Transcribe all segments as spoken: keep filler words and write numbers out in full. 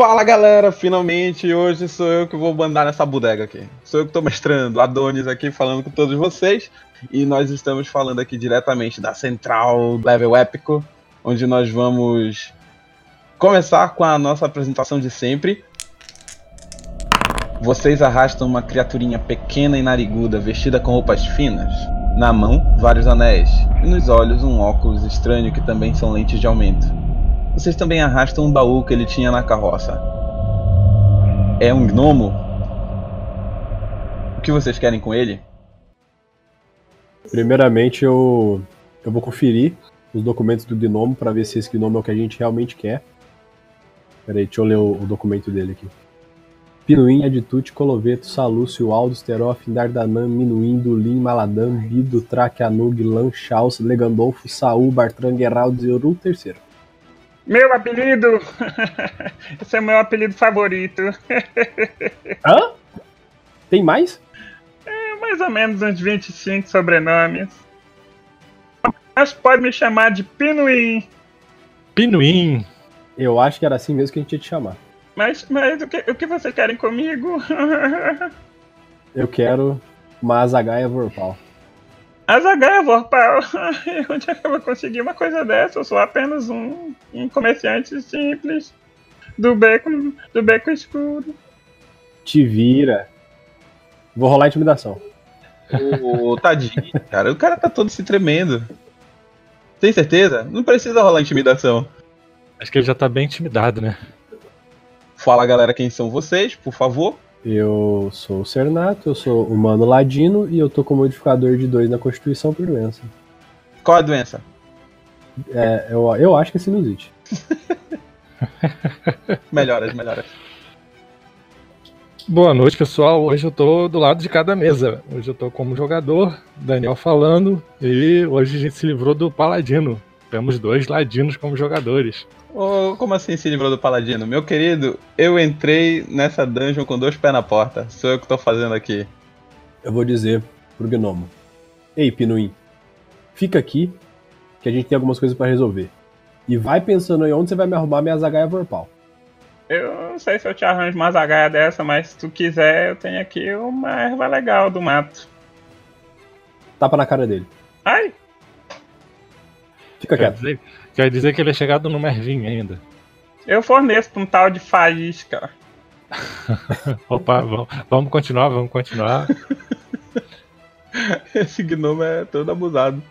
Fala galera, finalmente hoje sou eu que vou mandar nessa bodega aqui. Sou eu que tô mestrando, Adonis aqui falando com todos vocês. E nós estamos falando aqui diretamente da Central Level Épico, onde nós vamos começar com a nossa apresentação de sempre. Vocês arrastam uma criaturinha pequena e nariguda, vestida com roupas finas. Na mão, vários anéis. E nos olhos, um óculos estranho que também são lentes de aumento. Vocês também arrastam um baú que ele tinha na carroça. É um gnomo? O que vocês querem com ele? Primeiramente eu, eu vou conferir os documentos do gnomo para ver se esse gnomo é o que a gente realmente quer. Peraí, deixa eu ler o, o documento dele aqui. Pinuim, Aditute, Coloveto, Salúcio, Aldo, Sterof, Dardanã, Minuim, Dulim, Maladam, Bido, Traque, Anug, Lan, Chaus, Legandolfo, Saul, Bartran, Geraldo, Zeru, terceiro. Meu apelido! Esse é o meu apelido favorito. Hã? Tem mais? É, mais ou menos uns vinte e cinco sobrenomes. Mas pode me chamar de Pinuim. Pinuim! Eu acho que era assim mesmo que a gente ia te chamar. Mas, mas o, que, o que vocês querem comigo? Eu quero uma Azagaia Vorpal. Azagaia Vorpal? Onde é que eu vou conseguir uma coisa dessa? Eu sou apenas um, um comerciante simples do beco, do beco escuro. Te vira. Vou rolar intimidação. Ô, tadinho, cara. O cara tá todo se tremendo. Tem certeza? Não precisa rolar intimidação. Acho que ele já tá bem intimidado, né? Fala galera, quem são vocês, por favor. Eu sou o Cernato, eu sou humano ladino e eu tô com modificador de dois na Constituição por doença. Qual a doença? É, eu, eu acho que é sinusite. Melhoras, melhoras. Boa noite, pessoal. Hoje eu tô do lado de cada mesa. Hoje eu tô como jogador, Daniel falando, e hoje a gente se livrou do Paladino. Temos dois ladinos como jogadores. Oh, como assim se livrou do Paladino? Meu querido, eu entrei nessa dungeon com dois pés na porta. Sou eu que tô fazendo aqui. Eu vou dizer pro gnomo. Ei, Pinuim, fica aqui que a gente tem algumas coisas pra resolver. E vai pensando aí onde você vai me arrumar minha Azagaia Vorpal. Eu não sei se eu te arranjo uma zagaia dessa, mas se tu quiser, eu tenho aqui uma erva legal do mato. Tapa na cara dele. Ai! Fica Quer quieto. dizer, quer dizer que ele é chegado no Mervin ainda. Eu forneço pra um tal de faísca. Opa, vamos, vamos continuar, vamos continuar. Esse gnomo é todo abusado.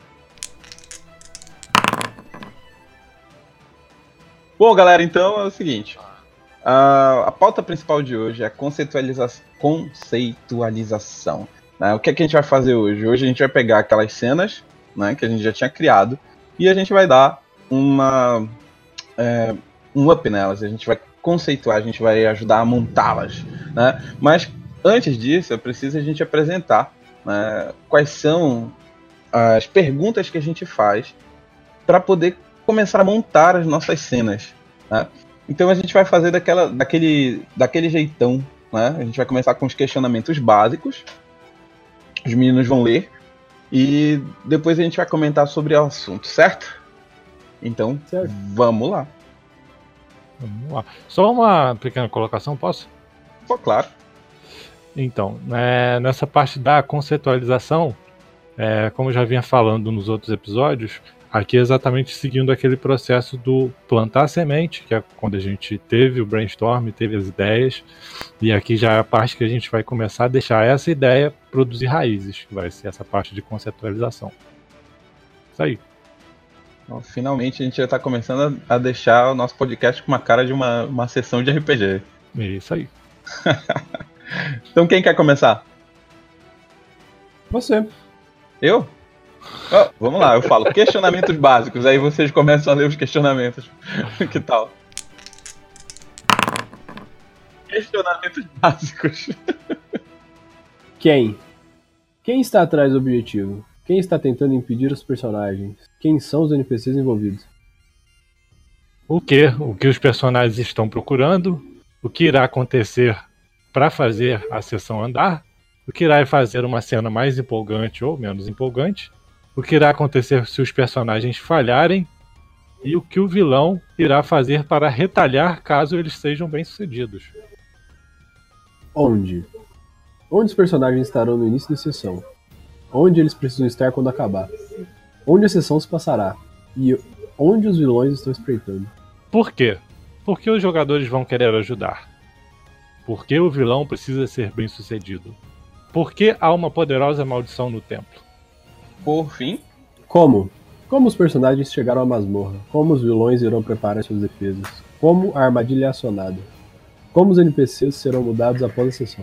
Bom, galera, então é o seguinte. A, a pauta principal de hoje é a conceitualiza conceitualização. Né? O que, é que a gente vai fazer hoje? Hoje a gente vai pegar aquelas cenas, né, que a gente já tinha criado e a gente vai dar uma, é, um up nelas. A gente vai conceituar, a gente vai ajudar a montá-las. Né? Mas antes disso, é preciso a gente apresentar, né, quais são as perguntas que a gente faz para poder começar a montar as nossas cenas. Né? Então a gente vai fazer daquela, daquele, daquele jeitão. Né? A gente vai começar com os questionamentos básicos. Os meninos vão ler. E depois a gente vai comentar sobre o assunto, certo? Então, certo. Vamos lá. Vamos lá. Só uma pequena colocação, posso? Pô, claro. Então, é, nessa parte da conceitualização, é, como eu já vinha falando nos outros episódios, aqui é exatamente seguindo aquele processo do plantar a semente, que é quando a gente teve o brainstorm, teve as ideias, e aqui já é a parte que a gente vai começar a deixar essa ideia produzir raízes, que vai ser essa parte de conceitualização. Isso aí. Então, finalmente a gente já está começando a deixar o nosso podcast com uma cara de uma, uma sessão de R P G. Isso aí. Então quem quer começar? Você. Eu? Oh, vamos lá, eu falo questionamentos básicos, aí vocês começam a ler os questionamentos. Que tal? Questionamentos básicos. Quem? Quem está atrás do objetivo? Quem está tentando impedir os personagens? Quem são os N P Cs envolvidos? O que? O que os personagens estão procurando? O que irá acontecer para fazer a sessão andar? O que irá fazer uma cena mais empolgante ou menos empolgante? O que irá acontecer se os personagens falharem? e o que o vilão irá fazer para retalhar caso eles sejam bem-sucedidos. Onde? Onde os personagens estarão no início da sessão? Onde eles precisam estar quando acabar? Onde a sessão se passará? E onde os vilões estão espreitando? Por quê? Por que os jogadores vão querer ajudar? Por que o vilão precisa ser bem-sucedido? Por que há uma poderosa maldição no templo? Por fim, Como? Como os personagens chegaram à masmorra? Como os vilões irão preparar suas defesas? Como a armadilha é acionada? Como os N P Cs serão mudados após a sessão?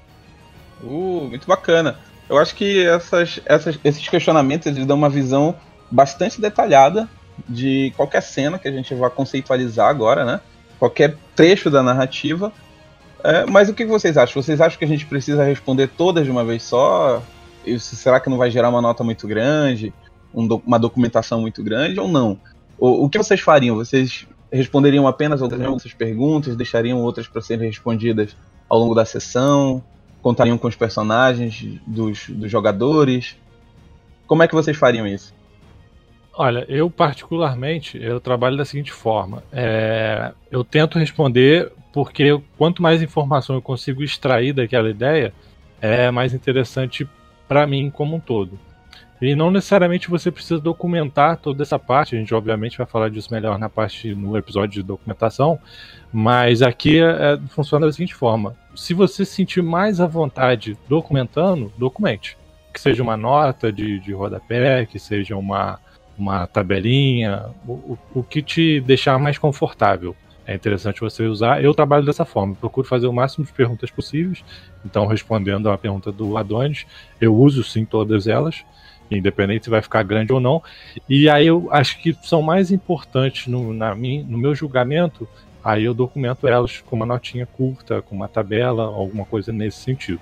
uh, muito bacana. Eu acho que essas, essas, esses questionamentos eles dão uma visão bastante detalhada de qualquer cena que a gente vai conceitualizar agora, né? Qualquer trecho da narrativa. É, mas o que vocês acham? Vocês acham que a gente precisa responder todas de uma vez só? Isso, será que não vai gerar uma nota muito grande? Um do, uma documentação muito grande ou não? O, o que vocês fariam? Vocês responderiam apenas algumas perguntas? Deixariam outras para serem respondidas ao longo da sessão? Contariam com os personagens dos, dos jogadores? Como é que vocês fariam isso? Olha, eu particularmente, eu trabalho da seguinte forma. É, eu tento responder porque quanto mais informação eu consigo extrair daquela ideia, é mais interessante para mim como um todo. E não necessariamente você precisa documentar toda essa parte, a gente obviamente vai falar disso melhor na parte, no episódio de documentação, mas aqui é, funciona da seguinte forma: se você se sentir mais à vontade documentando, documente. Que seja uma nota de, de rodapé, que seja uma, uma tabelinha, o, o, o que te deixar mais confortável. É interessante você usar. Eu trabalho dessa forma, procuro fazer o máximo de perguntas possíveis. Então, respondendo a pergunta do Adonis, eu uso sim todas elas, independente se vai ficar grande ou não. E aí eu acho que são mais importantes no, na minha, no meu julgamento. Aí eu documento elas com uma notinha curta, com uma tabela, alguma coisa nesse sentido.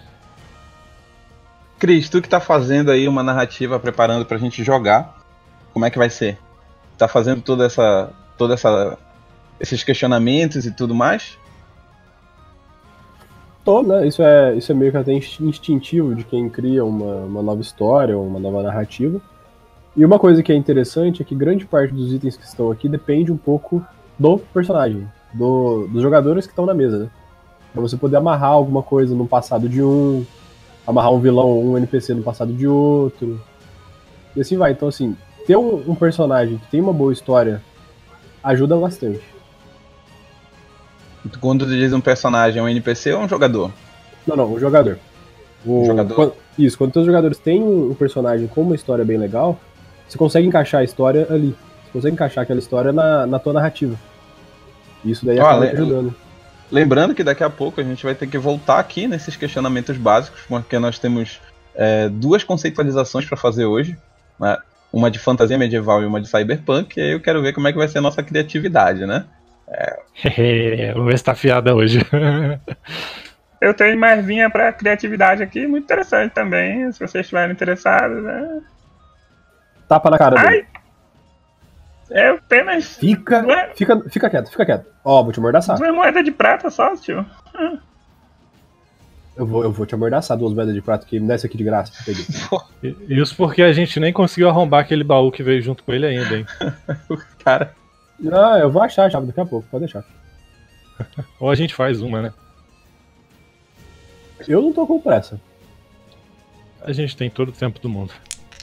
Cris, tu que tá fazendo aí uma narrativa, preparando pra gente jogar, como é que vai ser? Tá fazendo toda essa, toda essa, esses questionamentos e tudo mais? Tô, né? Isso é, isso é meio que até instintivo de quem cria uma, uma nova história, uma nova narrativa. E uma coisa que é interessante é que grande parte dos itens que estão aqui depende um pouco do personagem, do, dos jogadores que estão na mesa, né? Pra você poder amarrar alguma coisa no passado de um, amarrar um vilão, um N P C no passado de outro, e assim vai. Então, assim, ter um, um personagem que tem uma boa história ajuda bastante. Quando tu diz um personagem, é um N P C ou um jogador? Não, não, o jogador. O, Um jogador. Quando, isso, quando os jogadores têm um, um personagem com uma história bem legal, você consegue encaixar a história ali. Você consegue encaixar aquela história na, na tua narrativa. Isso daí acaba te ajudando. Lembrando que daqui a pouco a gente vai ter que voltar aqui nesses questionamentos básicos, porque nós temos é, duas conceitualizações para fazer hoje, né? Uma de fantasia medieval e uma de cyberpunk, e aí eu quero ver como é que vai ser a nossa criatividade, né? É... Vamos ver se tá afiada hoje. Eu tenho mais vinha pra criatividade aqui, muito interessante também, se vocês estiverem interessados, né? Tapa na cara dele. Ai! É apenas Fica, Ué? fica, fica quieto, fica quieto. Ó, vou te amordaçar. duas moedas de prata só, tio. Eu vou, eu vou te amordaçar duas moedas de prata que me dá isso aqui de graça. Que eu peguei. Isso porque a gente nem conseguiu arrombar aquele baú que veio junto com ele ainda, hein? Cara, Não, eu vou achar a chave daqui a pouco, pode deixar. Ou a gente faz uma, né? Eu não tô com pressa. A gente tem todo o tempo do mundo.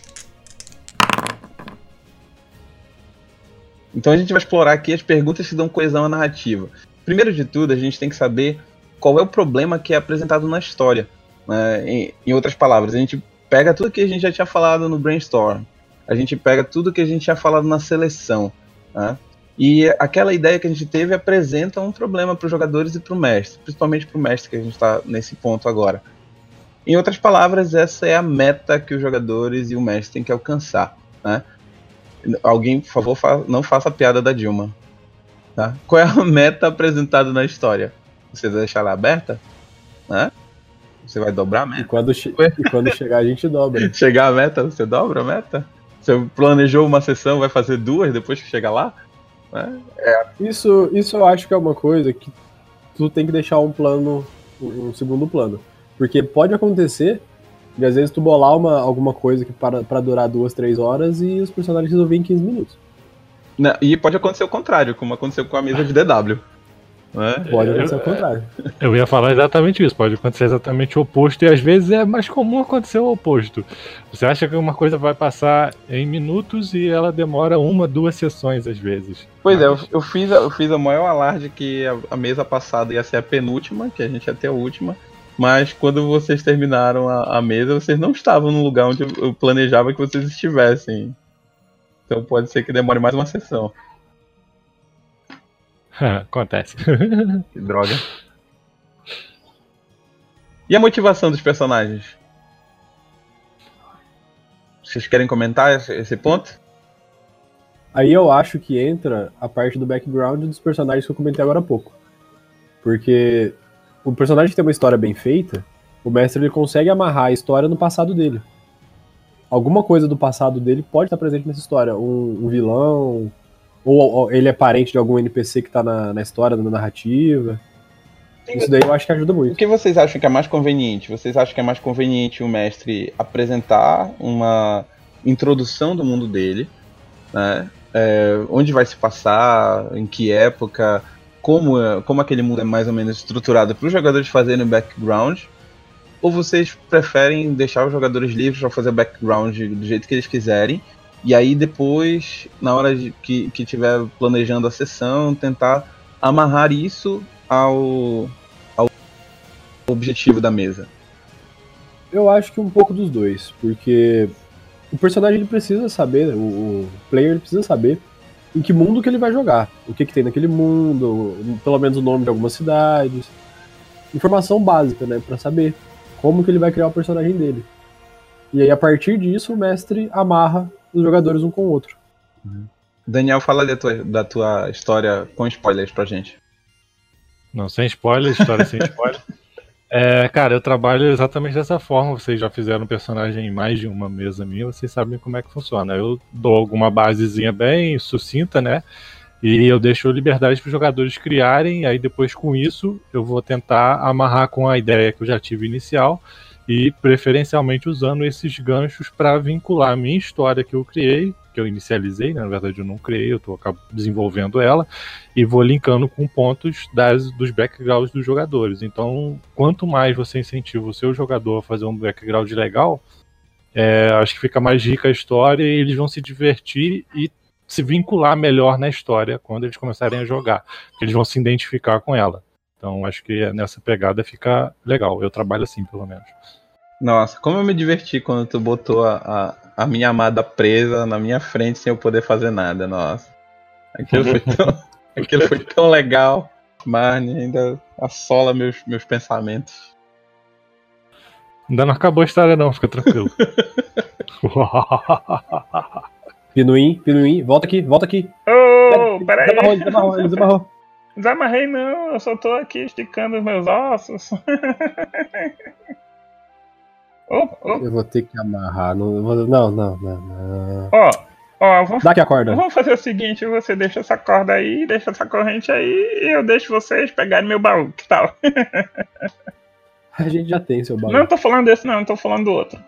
então a gente vai explorar aqui as perguntas que dão coesão à narrativa. Primeiro de tudo, a gente tem que saber qual é o problema que é apresentado na história. Né? Em, em outras palavras, a gente pega tudo que a gente já tinha falado no brainstorm, a gente pega tudo que a gente tinha falado na seleção, né? E aquela ideia que a gente teve apresenta um problema para os jogadores e para o mestre, principalmente para o mestre, que a gente está nesse ponto agora. Em outras palavras, essa é a meta que os jogadores e o mestre têm que alcançar, né? Alguém, por favor, fa- não faça a piada da Dilma. Tá? Qual é a meta apresentada na história? Você vai deixar ela aberta? Né? Você vai dobrar a E meta? quando, che- e quando chegar a gente dobra. Chegar a meta, você dobra a meta? Você planejou uma sessão, vai fazer duas depois que chegar lá? Né? Isso, isso eu acho que é uma coisa que tu tem que deixar um plano, um segundo plano. Porque pode acontecer de às vezes tu bolar uma, alguma coisa que para, pra durar duas, três horas e os personagens resolverem em quinze minutos. Não, e pode acontecer o contrário, como aconteceu com a mesa de D W. Né? Pode acontecer o contrário. Eu ia falar exatamente isso, pode acontecer exatamente o oposto, e às vezes é mais comum acontecer o oposto. Você acha que uma coisa vai passar em minutos e ela demora uma, duas sessões às vezes. Pois é, eu, eu, fiz, a, eu fiz a maior alarde que a, a mesa passada ia ser a penúltima, que a gente ia ter a última, mas quando vocês terminaram a, a mesa, vocês não estavam no lugar onde eu planejava que vocês estivessem. Então pode ser que demore mais uma sessão. Acontece. Que droga. E a motivação dos personagens? Vocês querem comentar esse, esse ponto? Aí eu acho que entra a parte do background dos personagens que eu comentei agora há pouco. Porque o personagem que tem uma história bem feita, o mestre ele consegue amarrar a história no passado dele. Alguma coisa do passado dele pode estar presente nessa história. Um, um vilão... Ou, ou ele é parente de algum N P C que tá na, na história, na narrativa. Isso daí eu acho que ajuda muito. O que vocês acham que é mais conveniente? Vocês acham que é mais conveniente o mestre apresentar uma introdução do mundo dele, né? É, onde vai se passar, em que época, como, como aquele mundo é mais ou menos estruturado para os jogadores fazerem o background? Ou vocês preferem deixar os jogadores livres para fazer o background do jeito que eles quiserem? E aí depois, na hora de que estiver planejando a sessão, tentar amarrar isso ao, ao objetivo da mesa. Eu acho que um pouco dos dois, porque o personagem ele precisa saber, o, o player ele precisa saber em que mundo que ele vai jogar, o que, que tem naquele mundo, pelo menos o nome de algumas cidades, informação básica, né, para saber como que ele vai criar o personagem dele. E aí a partir disso o mestre amarra os jogadores um com o outro. Daniel, fala da tua, da tua história com spoilers pra gente. Não, sem spoiler, história sem spoiler. É, cara, eu trabalho exatamente dessa forma. Vocês já fizeram um personagem em mais de uma mesa minha, vocês sabem como é que funciona. Eu dou alguma basezinha bem sucinta, né? E eu deixo liberdade para os jogadores criarem, e aí depois com isso eu vou tentar amarrar com a ideia que eu já tive inicial, e preferencialmente usando esses ganchos para vincular a minha história que eu criei, que eu inicializei, né? Na verdade eu não criei, eu estou desenvolvendo ela, e vou linkando com pontos das, dos backgrounds dos jogadores. Então, quanto mais você incentiva o seu jogador a fazer um background legal, é, acho que fica mais rica a história e eles vão se divertir e se vincular melhor na história quando eles começarem a jogar. Eles vão se identificar com ela. Então acho que nessa pegada fica legal. Eu trabalho assim, pelo menos. Nossa, como eu me diverti quando tu botou a, a, a minha amada presa na minha frente sem eu poder fazer nada. Nossa, aquilo foi tão, aquilo foi tão legal. Marnie ainda assola meus, meus pensamentos. Ainda não acabou a história não, fica tranquilo. Pinuim, Pinuim, volta aqui, volta aqui. Ô, oh, peraí. Desamarrou, desamarrou, ele desamarrou. Desamarrei não, eu só tô aqui esticando os meus ossos. oh, oh. Eu vou ter que amarrar. Não, não, não, não. não. Ó, ó, vamos, dá aqui a corda. Vamos fazer o seguinte, você deixa essa corda aí, deixa essa corrente aí, e eu deixo vocês pegarem meu baú, que tal? A gente já tem seu baú. Não tô falando desse não, tô falando do outro.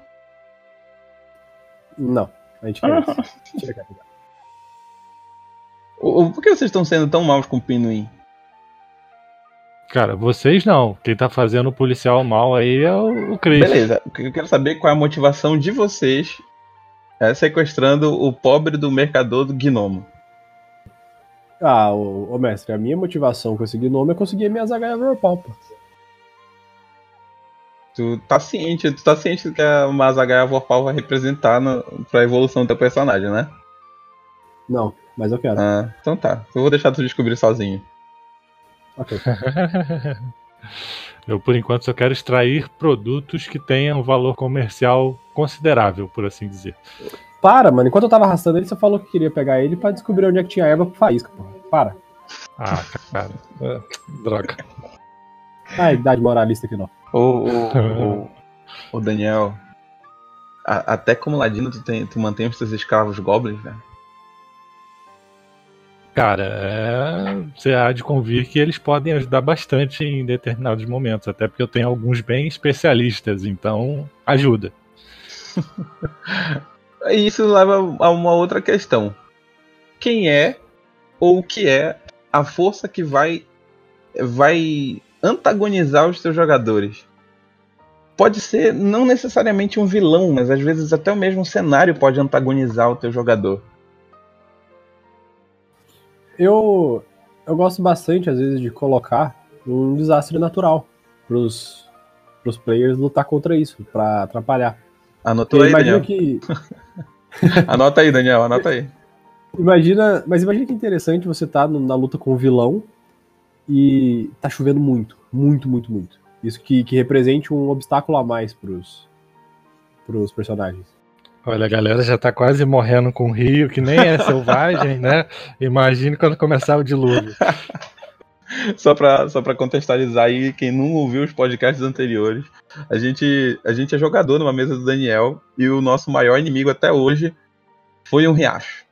Não, a gente quer isso. Tira aqui. Por que vocês estão sendo tão maus com o Pinuim? Cara, vocês não. Quem tá fazendo o policial mal aí é o, o Chris. Beleza, eu quero saber qual é a motivação de vocês é, sequestrando o pobre do mercador do gnomo. Ah, ô, ô mestre, a minha motivação com esse gnomo é conseguir minha Zagaia Overpower, pô. Tu tá ciente, tu tá ciente do que a Mazagaia Vorpal vai representar no, pra evolução do teu personagem, né? Não, mas eu quero. Ah, então tá. Eu vou deixar tu descobrir sozinho. Ok. Eu, por enquanto, só quero extrair produtos que tenham valor comercial considerável, por assim dizer. Para, mano. Enquanto eu tava arrastando ele, você falou que queria pegar ele pra descobrir onde é que tinha erva pro faísca, pô. Para. Ah, cara. Droga. Ah, idade moralista aqui não. Ô, ô, ô, ô Daniel, a, até como ladino tu, tem, tu mantém os teus escravos goblins, né? Cara, é... você há de convir que eles podem ajudar bastante em determinados momentos, até porque eu tenho alguns bem especialistas, então ajuda. Isso leva a uma outra questão. quem é ou o que é a força que vai, vai antagonizar os seus jogadores. Pode ser não necessariamente um vilão, mas às vezes até o mesmo cenário pode antagonizar o teu jogador. Eu, eu gosto bastante, às vezes, de colocar um desastre natural pros, pros players lutar contra isso, pra atrapalhar. Anotou aí, imagina Daniel? que Anota aí, Daniel, anota aí. Imagina, mas imagina que interessante você tá no- na luta com o vilão e tá chovendo muito, muito, muito, muito. Isso que, que represente um obstáculo a mais pros, pros personagens. Olha, a galera já tá quase morrendo com o rio, que nem é selvagem, né? Imagine quando começar o dilúvio. Só pra, só pra contextualizar aí, quem não ouviu os podcasts anteriores, a gente, a gente é jogador numa mesa do Daniel e o nosso maior inimigo até hoje foi um riacho.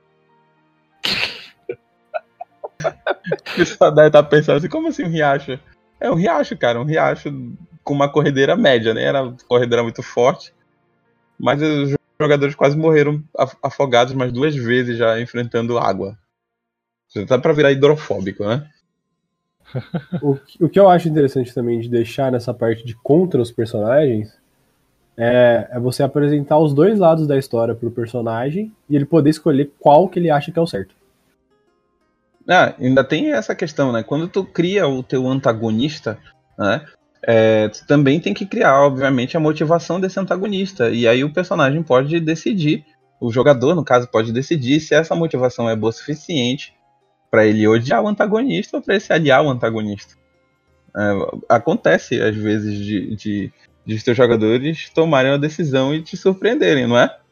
O pessoal deve estar pensando assim, como assim um riacho? É um riacho, cara, um riacho com uma corredeira média, né? Era uma corredeira muito forte, mas os jogadores quase morreram af- afogados mais duas vezes já enfrentando água. Já tá pra virar hidrofóbico, né? O, que- o que eu acho interessante também de deixar nessa parte de contra os personagens é, é você apresentar os dois lados da história pro personagem e ele poder escolher qual que ele acha que é o certo. Ah, ainda tem essa questão, né? Quando tu cria o teu antagonista, né? É, tu também tem que criar, obviamente, a motivação desse antagonista. E aí o personagem pode decidir, o jogador, no caso, pode decidir se essa motivação é boa o suficiente pra ele odiar o antagonista ou pra ele se aliar ao antagonista. É, acontece, às vezes, de, de, de os teus jogadores tomarem uma decisão e te surpreenderem, não é?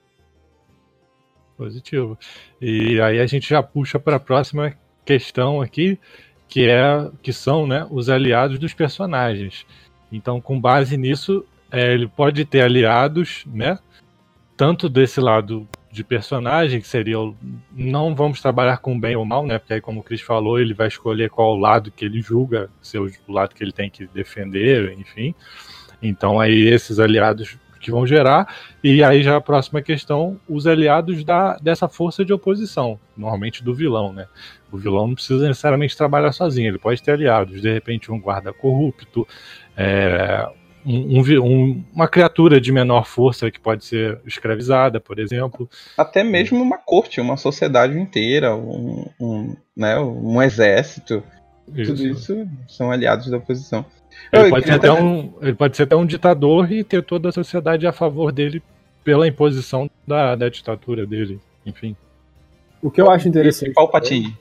Positivo. E aí a gente já puxa para a próxima questão aqui, que é que são, né, os aliados dos personagens. Então, com base nisso, é, ele pode ter aliados, né, tanto desse lado de personagem, que seria o, não vamos trabalhar com bem ou mal, né, porque aí, como o Chris falou, ele vai escolher qual lado que ele julga ser o lado que ele tem que defender, enfim. Então, aí esses aliados que vão gerar, e aí já a próxima questão, os aliados da, dessa força de oposição, normalmente do vilão, né? O vilão não precisa necessariamente trabalhar sozinho, ele pode ter aliados, de repente um guarda corrupto, é, um, um, um, uma criatura de menor força que pode ser escravizada, por exemplo. Até mesmo uma corte, uma sociedade inteira, um, um, né, um exército, Isso. tudo isso são aliados da oposição. Ele Eu pode, ser queria até um, ele pode ser até um ditador e ter toda a sociedade a favor dele pela imposição da, da ditadura dele, enfim. O que eu acho interessante. Palpatine.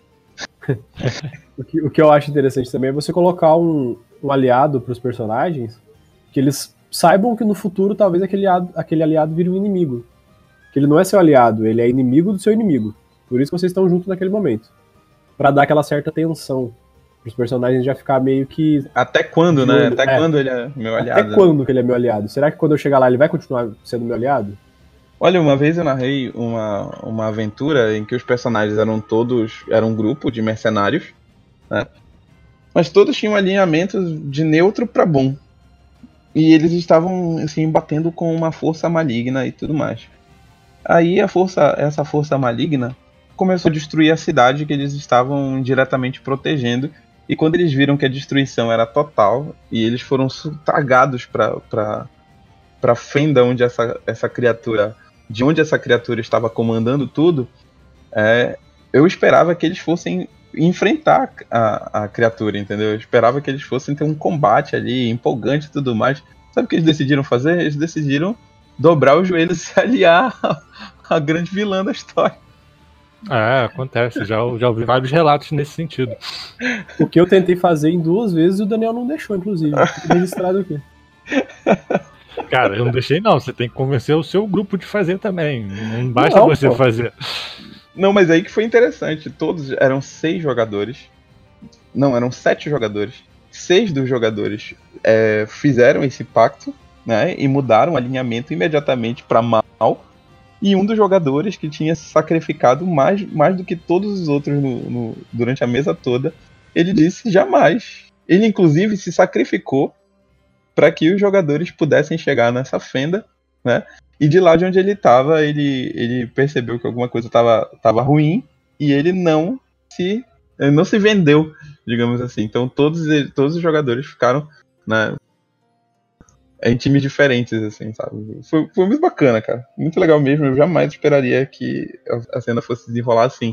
O que, o que eu acho interessante também é você colocar um, um aliado para os personagens que eles saibam que no futuro talvez aquele aliado, aquele aliado vire um inimigo. Que ele não é seu aliado, ele é inimigo do seu inimigo. Por isso que vocês estão juntos naquele momento. Para dar aquela certa tensão. Para os personagens já ficar meio que. Até quando, de né? olho. Até É. quando ele é meu aliado? Até quando que ele é meu aliado? Será que quando eu chegar lá ele vai continuar sendo meu aliado? Olha, uma vez eu narrei uma, uma aventura em que os personagens eram todos. Era um grupo de mercenários, né? Mas todos tinham alinhamento de neutro para bom. E eles estavam assim, batendo com uma força maligna e tudo mais. Aí a força, essa força maligna começou a destruir a cidade que eles estavam diretamente protegendo. E quando eles viram que a destruição era total, e eles foram sugagados para para fenda onde essa, essa criatura, de onde essa criatura estava comandando tudo, é, eu esperava que eles fossem enfrentar a, a criatura, entendeu? Eu esperava que eles fossem ter um combate ali, empolgante e tudo mais. Sabe o que eles decidiram fazer? Eles decidiram dobrar os joelhos e se aliar à grande vilã da história. É, acontece, já, já ouvi vários relatos nesse sentido. O que eu tentei fazer em duas vezes e o Daniel não deixou, inclusive. Fica registrado aqui. Cara, eu não deixei não, você tem que convencer o seu grupo de fazer também, não basta Não, você pô. fazer. Não, mas aí que foi interessante. Todos eram seis jogadores. Não, eram sete jogadores. Seis dos jogadores é, fizeram esse pacto, né? E mudaram o alinhamento imediatamente para mal. E um dos jogadores que tinha se sacrificado mais, mais do que todos os outros no, no, durante a mesa toda, ele disse jamais. Ele inclusive se sacrificou para que os jogadores pudessem chegar nessa fenda, né? E de lá de onde ele estava, ele, ele percebeu que alguma coisa estava tava ruim e ele não se, ele não se vendeu, digamos assim. Então todos, ele, todos os jogadores ficaram, né, em times diferentes, assim, sabe? Foi, foi muito bacana, cara. Muito legal mesmo. Eu jamais esperaria que a cena fosse desenrolar assim.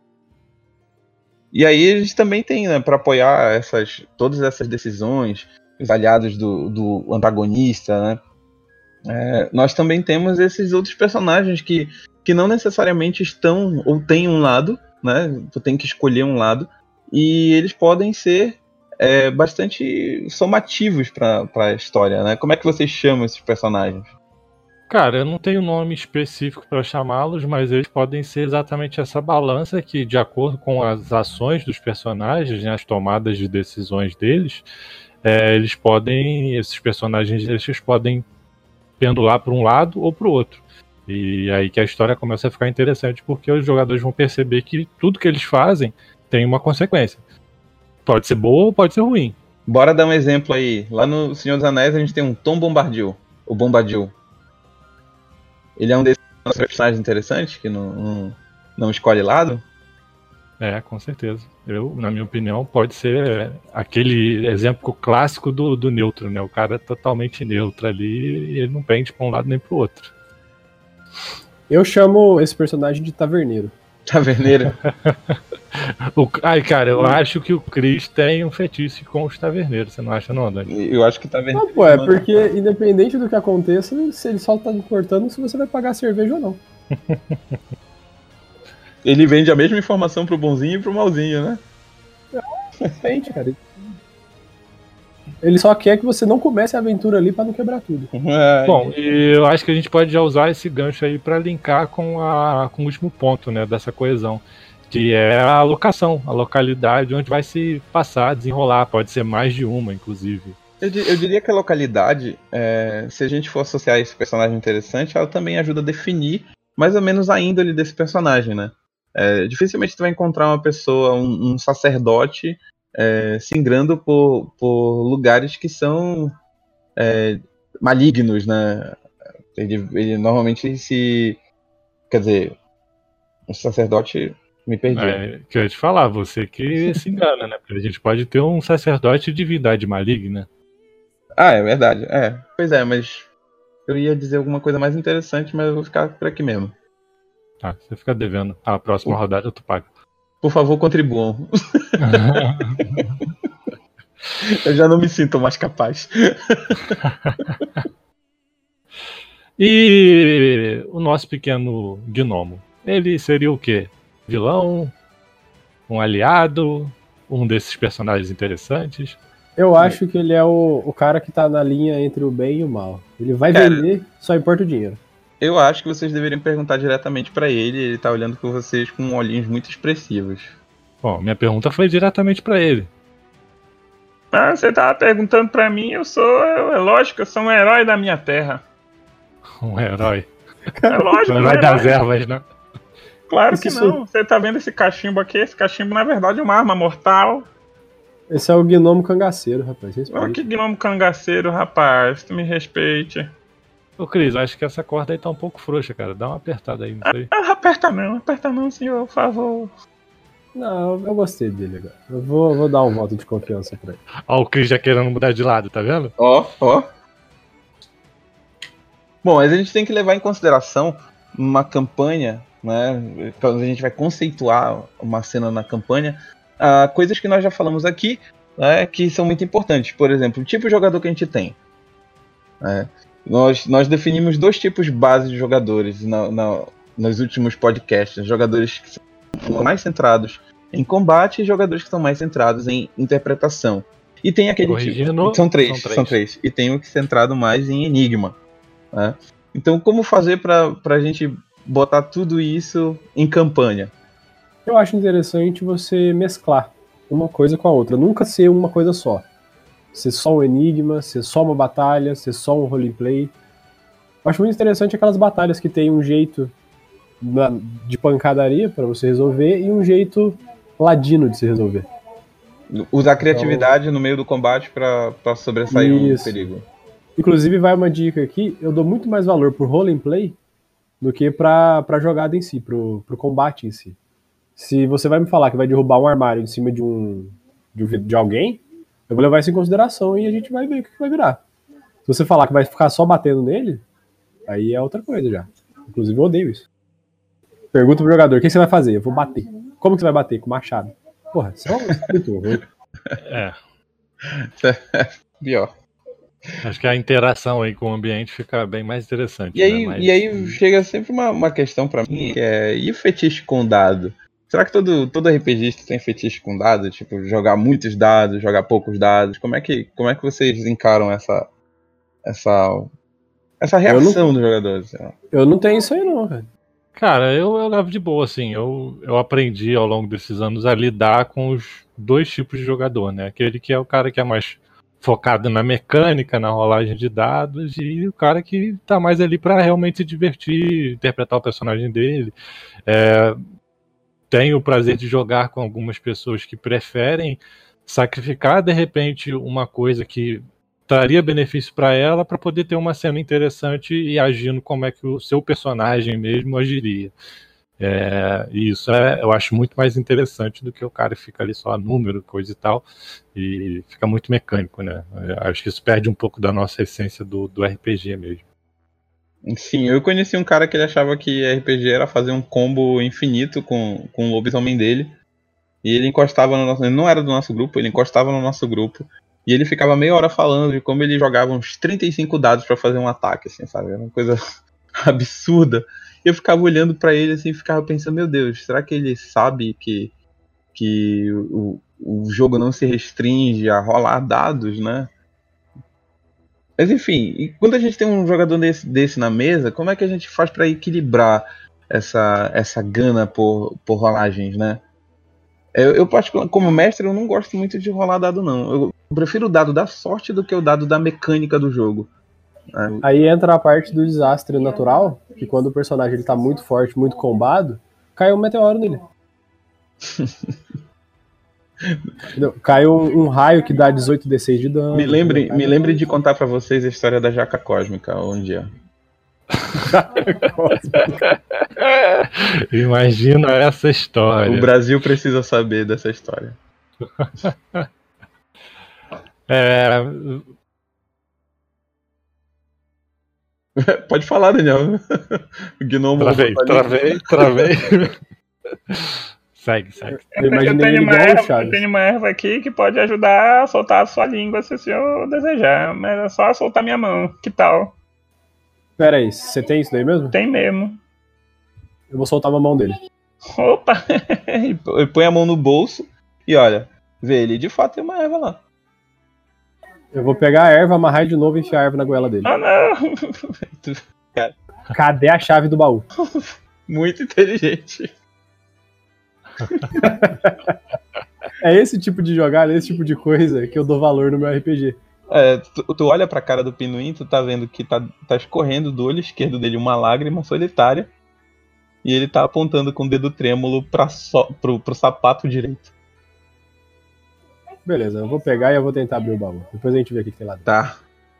E aí a gente também tem, né, para apoiar essas, todas essas decisões, os aliados do, do antagonista, né? É, nós também temos esses outros personagens que, que não necessariamente estão ou têm um lado, né? Tu tem que escolher um lado, e eles podem ser é, bastante somativos para a história, né? Como é que vocês chamam esses personagens? Cara, eu não tenho nome específico para chamá-los, mas eles podem ser exatamente essa balança que, de acordo com as ações dos personagens, né, as tomadas de decisões deles, é, eles podem, esses personagens, eles podem pendular para um lado ou para o outro. E aí que a história começa a ficar interessante, porque os jogadores vão perceber que tudo que eles fazem tem uma consequência. Pode ser boa ou pode ser ruim. Bora dar um exemplo aí. Lá no Senhor dos Anéis a gente tem um Tom Bombadil, o Bombadil. Ele é um desses personagens interessantes que não, não, não escolhe lado? É, com certeza. Eu, na minha opinião, pode ser aquele exemplo clássico do, do neutro, né? O cara é totalmente neutro ali e ele não pende para um lado nem para o outro. Eu chamo esse personagem de taverneiro. Taverneiro? o, ai, cara, eu acho que o Chris tem um fetiche com os taverneiros, você não acha não, Dani? Eu acho que taverneiro... Não, pô, é porque independente do que aconteça, se ele só tá importando se você vai pagar a cerveja ou não. Ele vende a mesma informação pro bonzinho e pro malzinho, né? Depende, cara. Ele só quer que você não comece a aventura ali pra não quebrar tudo. É, Bom, e eu acho que a gente pode já usar esse gancho aí pra linkar com, a, com o último ponto, né, dessa coesão, que é a locação, a localidade onde vai se passar, desenrolar, pode ser mais de uma, inclusive. Eu, eu diria que a localidade, é, se a gente for associar esse personagem interessante, ela também ajuda a definir mais ou menos a índole desse personagem, né? É, dificilmente tu vai encontrar uma pessoa, um, um sacerdote, é, singrando por, por lugares que são é, malignos, né? Ele, ele normalmente se... Quer dizer, o sacerdote... Me perdi. É, que eu ia te falar, você que se engana, né? Porque a gente pode ter um sacerdote de divindade maligna. Ah, é verdade. É. Pois é, mas eu ia dizer alguma coisa mais interessante, mas eu vou ficar por aqui mesmo. Tá, você fica devendo. A próxima rodada tu paga. Por favor, contribuam. Eu já não me sinto mais capaz. E o nosso pequeno gnomo, ele seria o quê? Vilão? Um aliado? Um desses personagens interessantes? Eu acho que ele é o, o cara que tá na linha entre o bem e o mal. Ele vai Cara, vender, só importa o dinheiro. Eu acho que vocês deveriam perguntar diretamente pra ele. Ele tá olhando por vocês com olhinhos muito expressivos. Bom, minha pergunta foi diretamente pra ele. Ah, você tava perguntando pra mim, eu sou, é lógico, eu sou um herói da minha terra. Um herói. É lógico, Um um herói herói. das ervas, né? Claro que Isso- não. Você tá vendo esse cachimbo aqui? Esse cachimbo, na verdade, é uma arma mortal. Esse é o gnomo cangaceiro, rapaz. Respeita. Olha que gnomo cangaceiro, rapaz. Tu me respeite. Ô Cris, acho que essa corda aí tá um pouco frouxa, cara. Dá uma apertada aí, não sei. Ah, aperta não, aperta não, senhor, por favor. Não, eu gostei dele agora. Eu vou, vou dar um voto de confiança pra ele. Ó, o Cris já querendo mudar de lado, tá vendo? Ó, ó. Bom, mas a gente tem que levar em consideração uma campanha, né? Quando a gente vai conceituar uma cena na campanha, ah, coisas que nós já falamos aqui, né, que são muito importantes. Por exemplo, o tipo de jogador que a gente tem. né? Nós, nós definimos dois tipos base de jogadores na, na, nos últimos podcasts. Jogadores que são mais centrados em combate e jogadores que são mais centrados em interpretação. E tem aquele Corrigindo, tipo. São três, são três. são três. E tem o que centrado mais em enigma. Né? Então, como fazer para a gente botar tudo isso em campanha? Eu acho interessante você mesclar uma coisa com a outra. Nunca ser uma coisa só. Ser só um enigma, ser só uma batalha, ser só um roleplay. Eu acho muito interessante aquelas batalhas que tem um jeito na- de pancadaria para você resolver e um jeito ladino de se resolver. Usar criatividade no meio do combate para sobressair um Isso. perigo. Inclusive, vai uma dica aqui, eu dou muito mais valor pro roleplay do que pra, pra jogada em si, pro, pro combate em si. Se você vai me falar que vai derrubar um armário em cima de um de, um, de alguém, eu vou levar isso em consideração e a gente vai ver o que vai virar. Se você falar que vai ficar só batendo nele, aí é outra coisa já. Inclusive eu odeio isso. Pergunta pro jogador, o que você vai fazer? Eu vou bater. Como que você vai bater? Com machado. Porra, isso é muito ruim. É. Pior. Acho que a interação aí com o ambiente fica bem mais interessante. E aí, né? Mas... e aí chega sempre uma, uma questão pra mim, que é, e o fetiche com dado? Será que todo, todo RPGista tem fetiche com dado? Tipo, jogar muitos dados, jogar poucos dados? Como é que, como é que vocês encaram essa, essa, essa reação não, dos jogadores? Eu não tenho isso aí não, cara. Cara, eu, eu levo de boa, assim. Eu, eu aprendi ao longo desses anos a lidar com os dois tipos de jogador, né? Aquele que é o cara que é mais focado na mecânica, na rolagem de dados, e o cara que tá mais ali pra realmente se divertir, interpretar o personagem dele. É, tenho o prazer de jogar com algumas pessoas que preferem sacrificar, de repente, uma coisa que traria benefício para ela para poder ter uma cena interessante e agindo como é que o seu personagem mesmo agiria. É, e isso é, eu acho muito mais interessante do que o cara que fica ali só a número, coisa e tal, e fica muito mecânico, né? Eu acho que isso perde um pouco da nossa essência do, do R P G mesmo. Sim, eu conheci um cara que ele achava que R P G era fazer um combo infinito com, com o lobisomem dele, e ele encostava no nosso... Ele não era do nosso grupo, ele encostava no nosso grupo, e ele ficava meia hora falando de como ele jogava uns trinta e cinco dados pra fazer um ataque, assim, sabe? Era uma coisa absurda. Eu ficava olhando pra ele assim, ficava pensando, meu Deus, será que ele sabe que, que o, o jogo não se restringe a rolar dados, né? Mas enfim, e quando a gente tem um jogador desse, desse na mesa, como é que a gente faz pra equilibrar essa, essa gana por, por rolagens, né? Eu, eu, como mestre, eu não gosto muito de rolar dado, não. Eu prefiro o dado da sorte do que o dado da mecânica do jogo. É. Aí entra a parte do desastre natural, que quando o personagem ele tá muito forte, muito combado, cai um meteoro nele. Cai um, um raio que dá dezoito D seis de dano. Me lembre, me lembre de contar pra vocês a história da Jaca Cósmica um dia. Imagina essa história. O Brasil precisa saber dessa história. É... Pode falar, Daniel. O gnomo. Travei, travei, travei. Segue, segue. Eu, eu, tenho uma erva, eu tenho uma erva aqui que pode ajudar a soltar a sua língua se o senhor desejar. Mas é só soltar minha mão. Que tal? Pera aí, você tem isso daí mesmo? Tem mesmo. Eu vou soltar uma mão dele. Opa! Ele põe a mão no bolso e olha, vê, ele de fato tem uma erva lá. Eu vou pegar a erva, amarrar de novo e enfiar a erva na goela dele. Ah, não! Cara. Cadê a chave do baú? Muito inteligente. É esse tipo de jogada, esse tipo de coisa que eu dou valor no meu R P G. É, tu, tu olha pra cara do Pinuim, tu tá vendo que tá, tá escorrendo do olho esquerdo dele uma lágrima solitária e ele tá apontando com o dedo trêmulo pra so, pro, pro sapato direito. Beleza, eu vou pegar e eu vou tentar abrir o baú. Depois a gente vê o que tem lá dentro. Tá.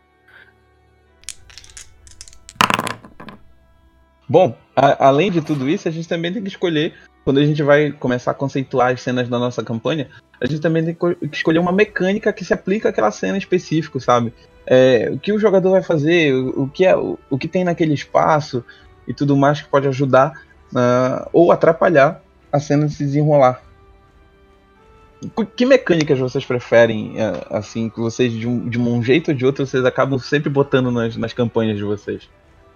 Bom, a, além de tudo isso, a gente também tem que escolher, quando a gente vai começar a conceituar as cenas da nossa campanha, a gente também tem que escolher uma mecânica que se aplica àquela cena específica, sabe? É, o que o jogador vai fazer, o, o, que é, o, o que tem naquele espaço e tudo mais que pode ajudar uh, ou atrapalhar a cena de se desenrolar. Que mecânicas vocês preferem, assim, que vocês de um, de um jeito ou de outro vocês acabam sempre botando nas, nas campanhas de vocês?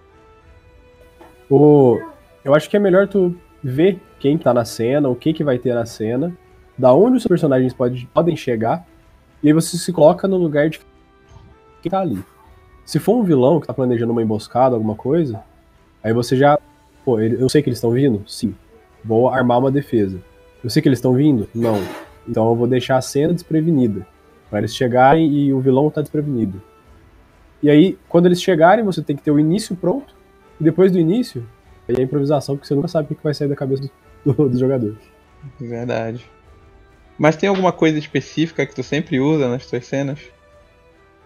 O... Eu acho que é melhor tu ver quem tá na cena, o que que vai ter na cena, da onde os seus personagens pode, podem chegar, e aí você se coloca no lugar de quem tá ali. Se for um vilão que tá planejando uma emboscada, alguma coisa, aí você já... Pô, eu sei que eles estão vindo? Sim. Vou armar uma defesa. Eu sei que eles estão vindo? Não. Então eu vou deixar a cena desprevenida, para eles chegarem e o vilão tá desprevenido. E aí, quando eles chegarem, você tem que ter o início pronto, e depois do início, aí é a improvisação, porque você nunca sabe o que vai sair da cabeça do, do, do jogador. Verdade. Mas tem alguma coisa específica que tu sempre usa nas tuas cenas?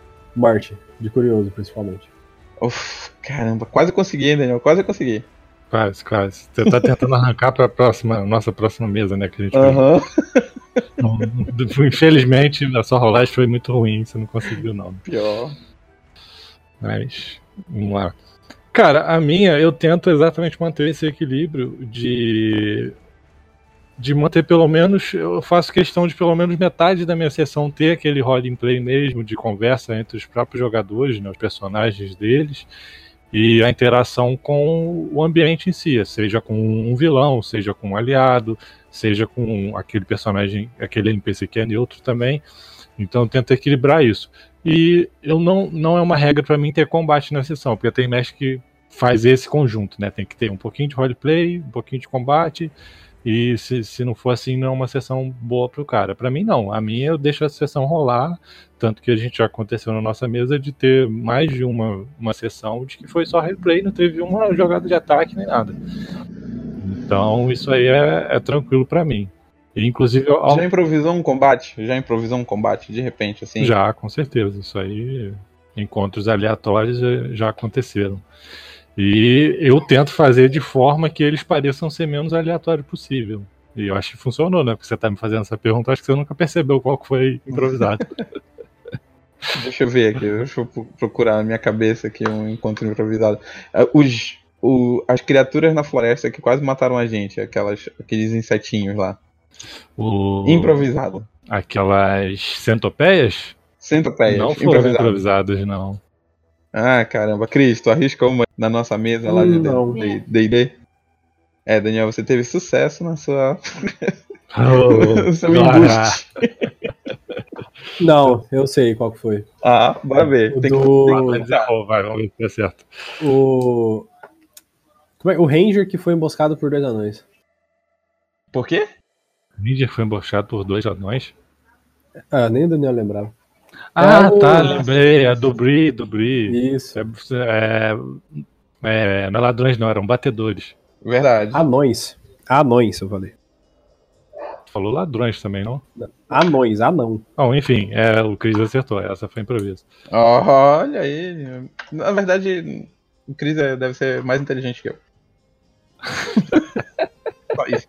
Morte, de curioso, principalmente. Uf, caramba, quase consegui, Daniel, quase consegui. Quase, quase. Você tá tentando arrancar pra próxima, nossa próxima mesa, né? Que a gente Aham. uhum. Infelizmente, a sua rolagem foi muito ruim, você não conseguiu, não. Pior. Mas, vamos lá. Cara, a minha, eu tento exatamente manter esse equilíbrio de. De manter pelo menos. Eu faço questão de pelo menos metade da minha sessão ter aquele roleplay mesmo, de conversa entre os próprios jogadores, né, os personagens deles. E a interação com o ambiente em si, seja com um vilão, seja com um aliado, seja com aquele personagem, aquele N P C que é neutro também. Então eu tento equilibrar isso. E eu não, não é uma regra para mim ter combate na sessão, porque tem mestre que faz esse conjunto, né? Tem que ter um pouquinho de roleplay, um pouquinho de combate, e se, se não for assim, não é uma sessão boa pro cara. Para mim não, a minha eu deixo a sessão rolar, tanto que a gente já aconteceu na nossa mesa de ter mais de uma, uma sessão de que foi só replay, não teve uma jogada de ataque nem nada. Então isso aí é, é tranquilo para mim. E, inclusive ao... Já improvisou um combate? Já improvisou um combate de repente, assim? Já, com certeza. Isso aí, encontros aleatórios já, já aconteceram. E eu tento fazer de forma que eles pareçam ser menos aleatório possível. E eu acho que funcionou, né? Porque você tá me fazendo essa pergunta, acho que você nunca percebeu qual que foi improvisado. Deixa eu ver aqui, deixa eu procurar na minha cabeça aqui um encontro improvisado. Os, o, as criaturas na floresta que quase mataram a gente, aquelas, aqueles insetinhos lá. O... Improvisado. Aquelas centopeias? Centopeias. Não foram improvisado. improvisadas, não. Ah, caramba. Cris, tu arrisca uma na nossa mesa lá de D e D? É, Daniel, você teve sucesso na sua... Oh, no seu embuste. Não, eu sei qual que foi. Ah, bora ver. O Tem do... que... Oh, vai, vamos ver se dá certo. O... Como é? O Ranger que foi emboscado por dois anões. Por quê? O Ranger foi emboscado por dois anões? Ah, nem o Daniel lembrava. Ah, é o... tá, lembrei. É do Bri, do Bri. Isso. É, é, é, não é ladrões, não, eram batedores. Verdade. Anões. Anões, eu falei. Tu falou ladrões também, não? Anões, anão. Bom, enfim, é, o Cris acertou. Essa foi improviso. Olha aí. Na verdade, o Cris deve ser mais inteligente que eu. Só isso.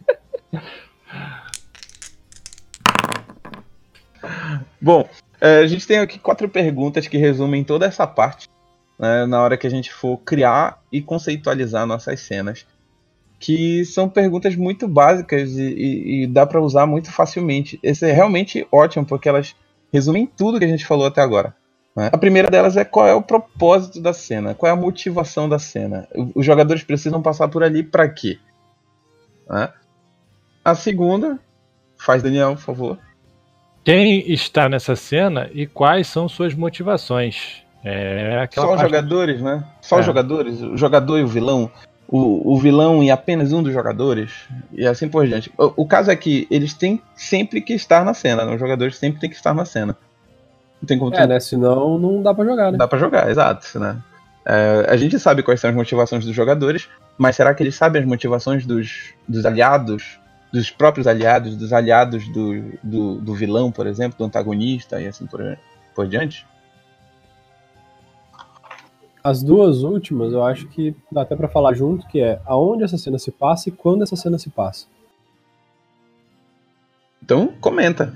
Bom, a gente tem aqui quatro perguntas que resumem toda essa parte, né, na hora que a gente for criar e conceitualizar nossas cenas, que são perguntas muito básicas e, e, e dá para usar muito facilmente. Esse é realmente ótimo, porque elas resumem tudo que a gente falou até agora, né? A primeira delas é qual é o propósito da cena, qual é a motivação da cena. Os jogadores precisam passar por ali para quê? Né? A segunda, faz Daniel, por favor. Quem está nessa cena e quais são suas motivações? É aquela Só os parte... jogadores, né? Só É. os jogadores, o jogador e o vilão, o, o vilão e apenas um dos jogadores, e assim por diante. O, o caso é que eles têm sempre que estar na cena, né? Os jogadores sempre têm que estar na cena. Não tem como É, né? Senão não dá pra jogar, né? Dá pra jogar, exato, né? É, a gente sabe quais são as motivações dos jogadores, mas será que eles sabem as motivações dos, dos aliados, dos próprios aliados, dos aliados do, do, do vilão, por exemplo, do antagonista e assim por, por diante? As duas últimas, eu acho que dá até pra falar junto, que é aonde essa cena se passa e quando essa cena se passa. Então, comenta.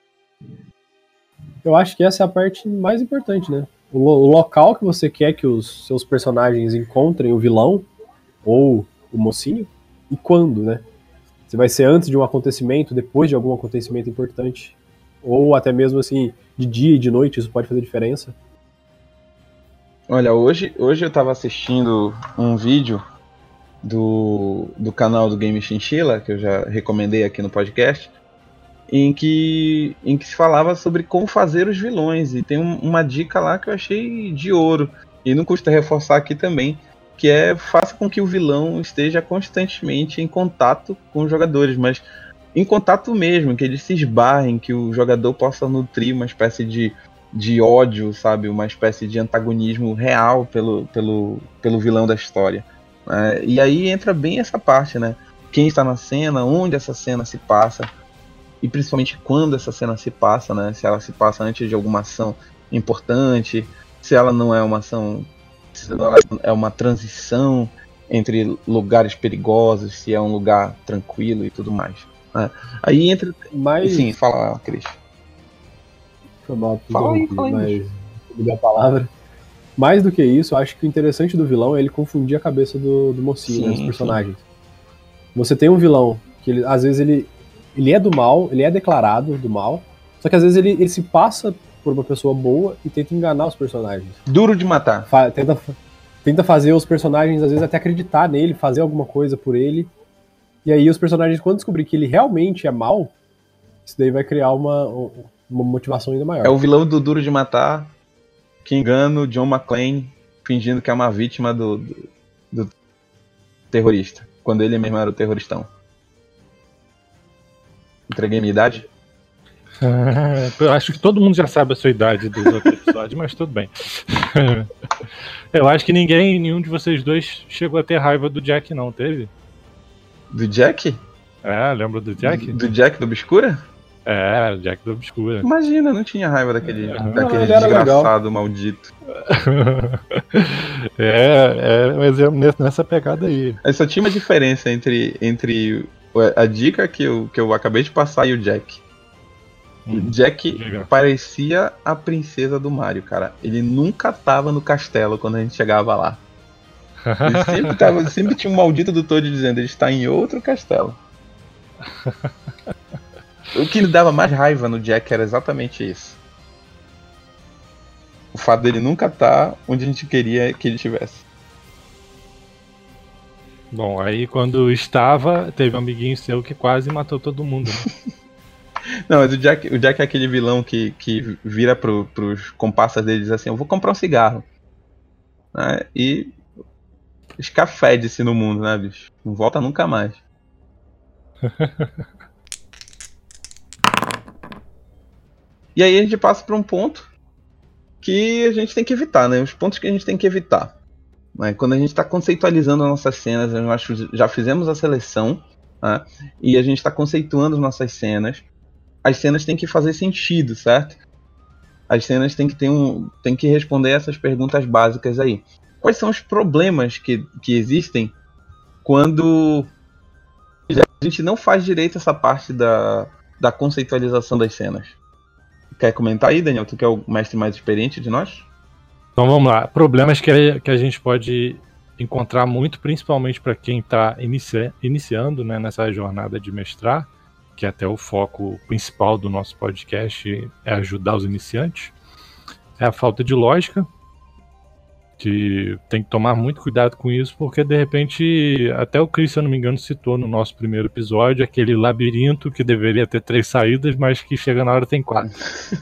Eu acho que essa é a parte mais importante, né? O, lo- o local que você quer que os seus personagens encontrem o vilão ou o mocinho e quando, né? Se vai ser antes de um acontecimento, depois de algum acontecimento importante, ou até mesmo assim, de dia e de noite, isso pode fazer diferença. Olha, hoje, hoje eu tava assistindo um vídeo do, do canal do Game Chinchilla, que eu já recomendei aqui no podcast, em que, em que se falava sobre como fazer os vilões, e tem um- uma dica lá que eu achei de ouro, e não custa reforçar aqui também, que é faça com que o vilão esteja constantemente em contato com os jogadores, mas em contato mesmo, que eles se esbarrem, que o jogador possa nutrir uma espécie de, de ódio, sabe, uma espécie de antagonismo real pelo, pelo, pelo vilão da história. É, e aí entra bem essa parte, né? Quem está na cena, onde essa cena se passa, e principalmente quando essa cena se passa, né? Se ela se passa antes de alguma ação importante, se ela não é uma ação, se ela é uma transição entre lugares perigosos, se é um lugar tranquilo e tudo mais. Né? Aí entra. Mas... Sim, fala, Cris. Foi mal, Fala aí, fala aí, mas me deu a palavra. Mais do que isso, eu acho que o interessante do vilão é ele confundir a cabeça do, do mocinho, Sim, né, dos personagens. Sim. Você tem um vilão que ele, às vezes ele, ele é do mal, ele é declarado do mal, só que às vezes ele, ele se passa por uma pessoa boa e tenta enganar os personagens. Duro de matar. Fa- tenta, tenta fazer os personagens, às vezes, até acreditar nele, fazer alguma coisa por ele. E aí os personagens, quando descobrir que ele realmente é mal, isso daí vai criar uma, uma motivação ainda maior. É o vilão do Duro de Matar que engana o John McClane fingindo que é uma vítima do, do, do terrorista, quando ele mesmo era o terroristão. Entreguei minha idade? Eu acho que todo mundo já sabe a sua idade dos outros episódios, mas tudo bem. Eu acho que ninguém, nenhum de vocês dois chegou a ter raiva do Jack, não, teve? Do Jack? É, lembra do Jack? Do, do Jack do Obscura? É, o Jack do Obscura. Imagina, não tinha raiva daquele, É, daquele ele era desgraçado legal. maldito. É, é, mas é nessa pegada aí. Aí só tinha uma diferença entre, entre a dica que eu, que eu acabei de passar e o Jack. O Hum, Jack diga. parecia a princesa do Mario, cara. Ele nunca tava no castelo quando a gente chegava lá. Ele sempre, tava, sempre tinha um maldito do Toad dizendo ele está em outro castelo. O que me dava mais raiva no Jack era exatamente isso. O fato dele nunca estar onde a gente queria que ele estivesse. Bom, aí quando estava, teve um amiguinho seu que quase matou todo mundo, né? Não, mas o Jack, o Jack é aquele vilão que, que vira pro, pros comparsas dele e diz assim, eu vou comprar um cigarro. Né? E escafede-se no mundo, né, bicho? Não volta nunca mais. E aí a gente passa para um ponto que a gente tem que evitar, né? Os pontos que a gente tem que evitar. Né? Quando a gente está conceitualizando as nossas cenas, nós já fizemos a seleção, né? E a gente está conceituando as nossas cenas. As cenas têm que fazer sentido, certo? As cenas têm que, ter um, têm que responder essas perguntas básicas aí. Quais são os problemas que, que existem quando a gente não faz direito essa parte da, da conceitualização das cenas? Quer comentar aí, Daniel? Tu que é o mestre mais experiente de nós? Então vamos lá. Problemas que a, que a gente pode encontrar muito, principalmente para quem está inicia, iniciando, né, nessa jornada de mestrar, que é até o foco principal do nosso podcast, é ajudar os iniciantes, é a falta de lógica, que tem que tomar muito cuidado com isso, porque de repente, até o Chris, se eu não me engano, citou no nosso primeiro episódio, aquele labirinto que deveria ter três saídas, mas que chega na hora tem quatro.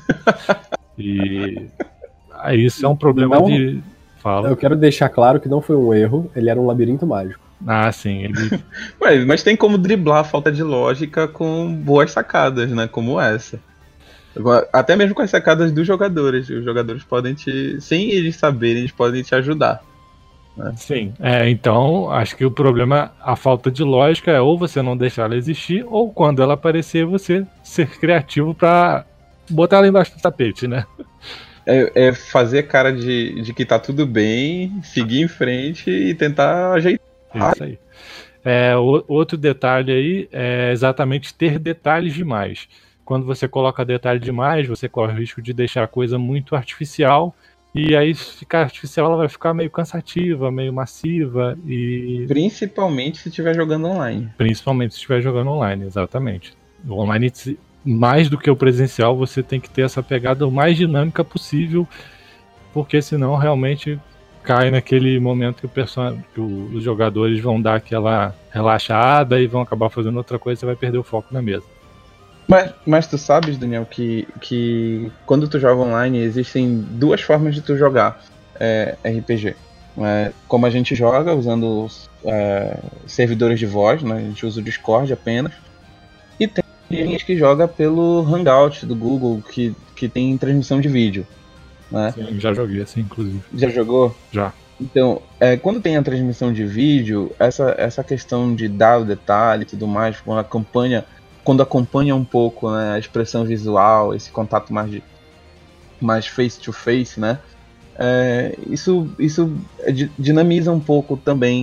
E aí isso é um problema Não, de... Fala. Eu quero deixar claro que não foi um erro, ele era um labirinto mágico. Ah, sim, ele... Ué, mas tem como driblar a falta de lógica com boas sacadas, né? Como essa. Até mesmo com as sacadas dos jogadores. Os jogadores podem te... Sem eles saberem, eles podem te ajudar. Né? Sim, é, então acho que o problema, a falta de lógica é ou você não deixar ela existir, ou quando ela aparecer, você ser criativo pra botar ela embaixo do tapete, né? É, é fazer cara de, de que tá tudo bem, seguir em frente e tentar ajeitar. Isso aí. É, o, outro detalhe aí é exatamente ter detalhes demais. Quando você coloca detalhe demais, você corre o risco de deixar a coisa muito artificial, e aí se ficar artificial ela vai ficar meio cansativa, meio massiva e... Principalmente se estiver jogando online. Principalmente se estiver jogando online, exatamente. O online, mais do que o presencial, você tem que ter essa pegada o mais dinâmica possível, porque senão realmente cai naquele momento que, o person... que os jogadores vão dar aquela relaxada e vão acabar fazendo outra coisa e você vai perder o foco na mesa. Mas, mas tu sabes, Daniel, que, que quando tu joga online existem duas formas de tu jogar é, R P G. É, como a gente joga usando é, servidores de voz, né? A gente usa o Discord apenas. E tem gente que joga pelo Hangout do Google, que, que tem transmissão de vídeo. Né? Sim, já joguei assim, inclusive. Já jogou? Já. Então, é, quando tem a transmissão de vídeo, essa, essa questão de dar o detalhe e tudo mais, quando acompanha, quando acompanha um pouco, né, a expressão visual, esse contato mais, de, mais face to face, né, é, isso, isso dinamiza um pouco também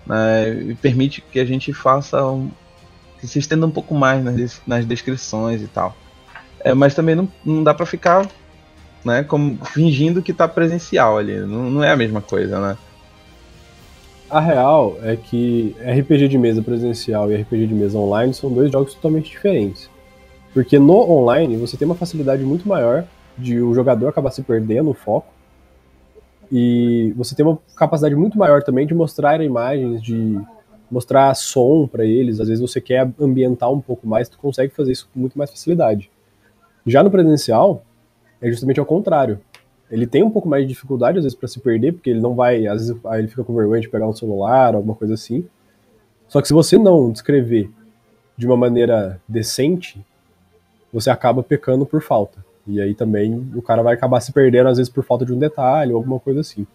né, e permite que a gente faça um, que se estenda um pouco mais nas, nas descrições e tal. É, mas também não, não dá pra ficar, né, como, fingindo que tá presencial ali. Não, não é a mesma coisa, né? A real é que R P G de mesa presencial e R P G de mesa online são dois jogos totalmente diferentes. Porque no online você tem uma facilidade muito maior de o jogador acabar se perdendo o foco. E você tem uma capacidade muito maior também de mostrar imagens, de mostrar som para eles. Às vezes você quer ambientar um pouco mais, tu consegue fazer isso com muito mais facilidade. Já no presencial, é justamente ao contrário. Ele tem um pouco mais de dificuldade, às vezes, para se perder, porque ele não vai, às vezes aí ele fica com vergonha de pegar um celular, alguma coisa assim. Só que se você não descrever de uma maneira decente, você acaba pecando por falta. E aí também o cara vai acabar se perdendo, às vezes, por falta de um detalhe ou alguma coisa assim.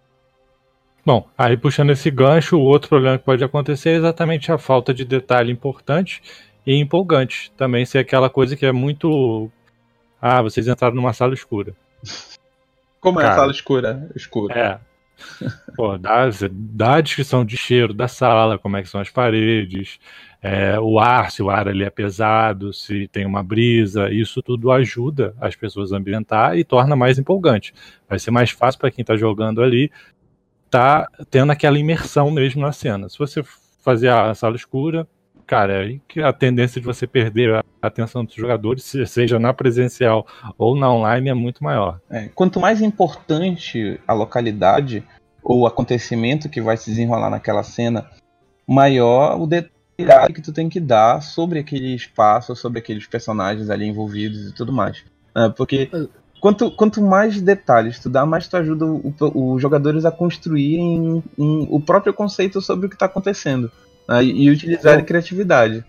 Bom, aí puxando esse gancho, o outro problema que pode acontecer é exatamente a falta de detalhe importante e empolgante. Também ser aquela coisa que é muito... Ah, vocês entraram numa sala escura. Como Cara, é a sala escura? Escura. É. Pô, dá, dá a descrição de cheiro da sala, como é que são as paredes, é, o ar, se o ar ali é pesado, se tem uma brisa, isso tudo ajuda as pessoas a ambientar e torna mais empolgante. Vai ser mais fácil para quem está jogando ali, tá tendo aquela imersão mesmo na cena. Se você fazer a sala escura, cara, é aí que a tendência de você perder a atenção dos jogadores, seja na presencial ou na online, é muito maior. É, quanto mais importante a localidade ou o acontecimento que vai se desenrolar naquela cena, maior o detalhe que tu tem que dar sobre aquele espaço, sobre aqueles personagens ali envolvidos e tudo mais. É, porque quanto, quanto mais detalhes tu dá, mais tu ajuda os jogadores a construírem um, o próprio conceito sobre o que está acontecendo. Uh, e utilizar a criatividade.